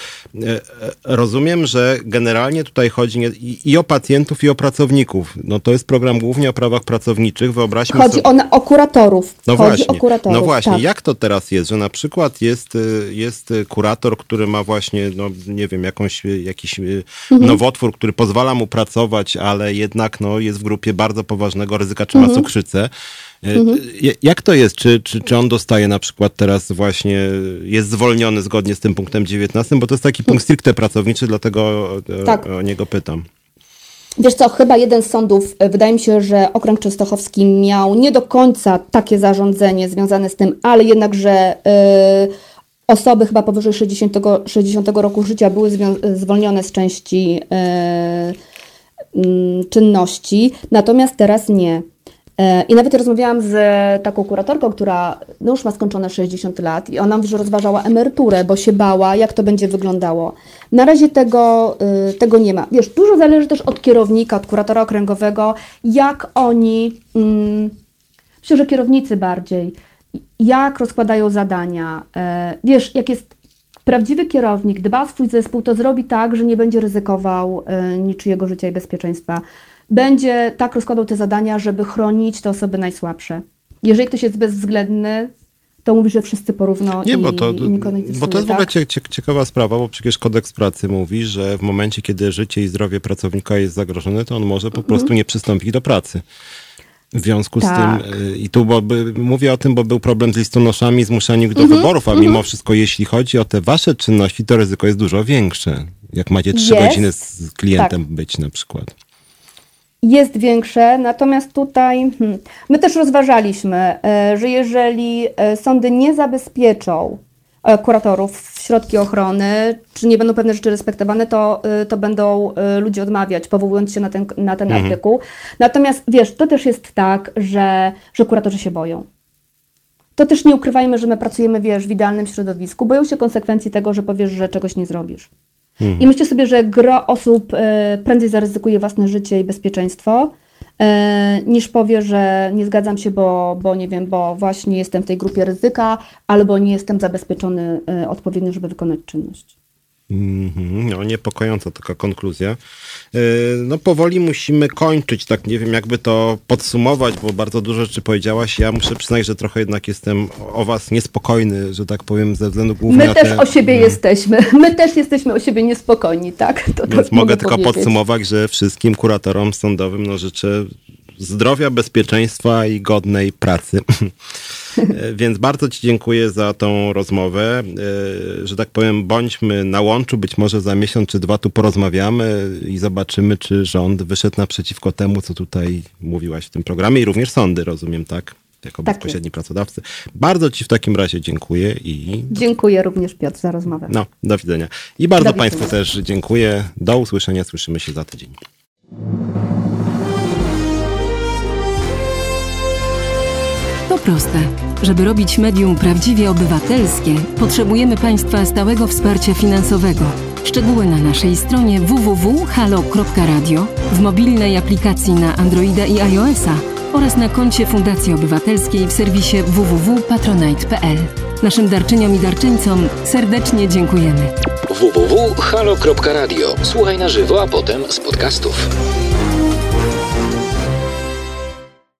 Speaker 1: Rozumiem, że generalnie tutaj chodzi nie, i o pacjentów, i o pracowników. No to jest program głównie o prawach pracowniczych. Wyobraźmy
Speaker 5: chodzi
Speaker 1: sobie...
Speaker 5: Chodzi o, o kuratorów.
Speaker 1: No
Speaker 5: chodzi
Speaker 1: właśnie,
Speaker 5: o kuratorów,
Speaker 1: no właśnie.
Speaker 5: Tak.
Speaker 1: Jak to teraz jest, że na przykład jest, jest kurator, który ma właśnie, no nie wiem, jakąś, jakiś mhm. nowotwór, który pozwala mu pracować, ale jednak no, jest w grupie bardzo poważnego ryzyka, czy ma mhm. cukrzycę. Mhm. Jak to jest? Czy, czy, czy on dostaje na przykład teraz właśnie, jest zwolniony zgodnie z tym punktem dziewiętnastym? Bo to jest taki punkt stricte pracowniczy, dlatego tak. o, o niego pytam.
Speaker 5: Wiesz co, chyba jeden z sądów, wydaje mi się, że Okręg Częstochowski miał nie do końca takie zarządzenie związane z tym, ale jednak, że yy, osoby chyba powyżej sześćdziesiątego, sześćdziesiątego roku życia były zwią- zwolnione z części yy, yy, czynności, natomiast teraz nie. I nawet rozmawiałam z taką kuratorką, która no już ma skończone sześćdziesiąt lat i ona mówi, że rozważała emeryturę, bo się bała, jak to będzie wyglądało. Na razie tego, tego nie ma. Wiesz, dużo zależy też od kierownika, od kuratora okręgowego, jak oni, hmm, myślę, że kierownicy bardziej, jak rozkładają zadania. Wiesz, jak jest prawdziwy kierownik, dba o swój zespół, to zrobi tak, że nie będzie ryzykował niczyjego życia i bezpieczeństwa. Będzie tak rozkładał te zadania, żeby chronić te osoby najsłabsze. Jeżeli ktoś jest bezwzględny, to mówi, że wszyscy porówno
Speaker 1: nie,
Speaker 5: i,
Speaker 1: bo to,
Speaker 5: i nikogo nie
Speaker 1: bo to jest w ogóle cie, cie, ciekawa sprawa, bo przecież kodeks pracy mówi, że w momencie, kiedy życie i zdrowie pracownika jest zagrożone, to on może po prostu mm. nie przystąpić do pracy. W związku tak. z tym, i tu bo, by, mówię o tym, bo był problem z listonoszami, zmuszaniem ich do mm-hmm, wyborów, a mimo mm-hmm. wszystko, jeśli chodzi o te wasze czynności, to ryzyko jest dużo większe. Jak macie trzy
Speaker 5: jest.
Speaker 1: godziny z klientem tak. być na przykład.
Speaker 5: jest większe, natomiast tutaj hmm, my też rozważaliśmy, że jeżeli sądy nie zabezpieczą kuratorów w środki ochrony, czy nie będą pewne rzeczy respektowane, to, to będą ludzie odmawiać, powołując się na ten, na ten mhm. artykuł. Natomiast wiesz, to też jest tak, że, że kuratorzy się boją. To też nie ukrywajmy, że my pracujemy, wiesz, w idealnym środowisku. Boją się konsekwencji tego, że powiesz, że czegoś nie zrobisz. Mhm. I myślę sobie, że gro osób prędzej zaryzykuje własne życie i bezpieczeństwo, niż powie, że nie zgadzam się, bo, bo nie wiem, bo właśnie jestem w tej grupie ryzyka, albo nie jestem zabezpieczony odpowiednio, żeby wykonać czynność.
Speaker 1: Mm-hmm. No, niepokojąca taka konkluzja. No powoli musimy kończyć, tak nie wiem jakby to podsumować, bo bardzo dużo rzeczy powiedziałaś. Ja muszę przyznać, że trochę jednak jestem o was niespokojny, że tak powiem, ze względu głównie
Speaker 5: My
Speaker 1: na
Speaker 5: też
Speaker 1: te...
Speaker 5: o siebie hmm. jesteśmy. My też jesteśmy o siebie niespokojni, tak? To,
Speaker 1: Więc
Speaker 5: to
Speaker 1: mogę tylko
Speaker 5: powiedzieć.
Speaker 1: podsumować, że wszystkim kuratorom sądowym no, życzę zdrowia, bezpieczeństwa i godnej pracy. Więc bardzo ci dziękuję za tą rozmowę. Że tak powiem, bądźmy na łączu, być może za miesiąc czy dwa tu porozmawiamy i zobaczymy, czy rząd wyszedł naprzeciwko temu, co tutaj mówiłaś w tym programie i również sądy, rozumiem, tak? Jako tak bezpośredni jest. Pracodawcy. Bardzo ci w takim razie dziękuję i...
Speaker 5: Dziękuję również, Piotr, za rozmowę.
Speaker 1: No, do widzenia. I bardzo
Speaker 5: do
Speaker 1: państwu
Speaker 5: widzenia.
Speaker 1: też dziękuję. Do usłyszenia, słyszymy się za tydzień.
Speaker 3: To proste. Żeby robić medium prawdziwie obywatelskie, potrzebujemy Państwa stałego wsparcia finansowego. Szczegóły na naszej stronie w w w kropka halo kropka radio, w mobilnej aplikacji na Androida i iOS-a oraz na koncie Fundacji Obywatelskiej w serwisie w w w kropka patronite kropka p l. Naszym darczyniom i darczyńcom serdecznie dziękujemy.
Speaker 2: w w w kropka halo kropka radio. Słuchaj na żywo, a potem z podcastów.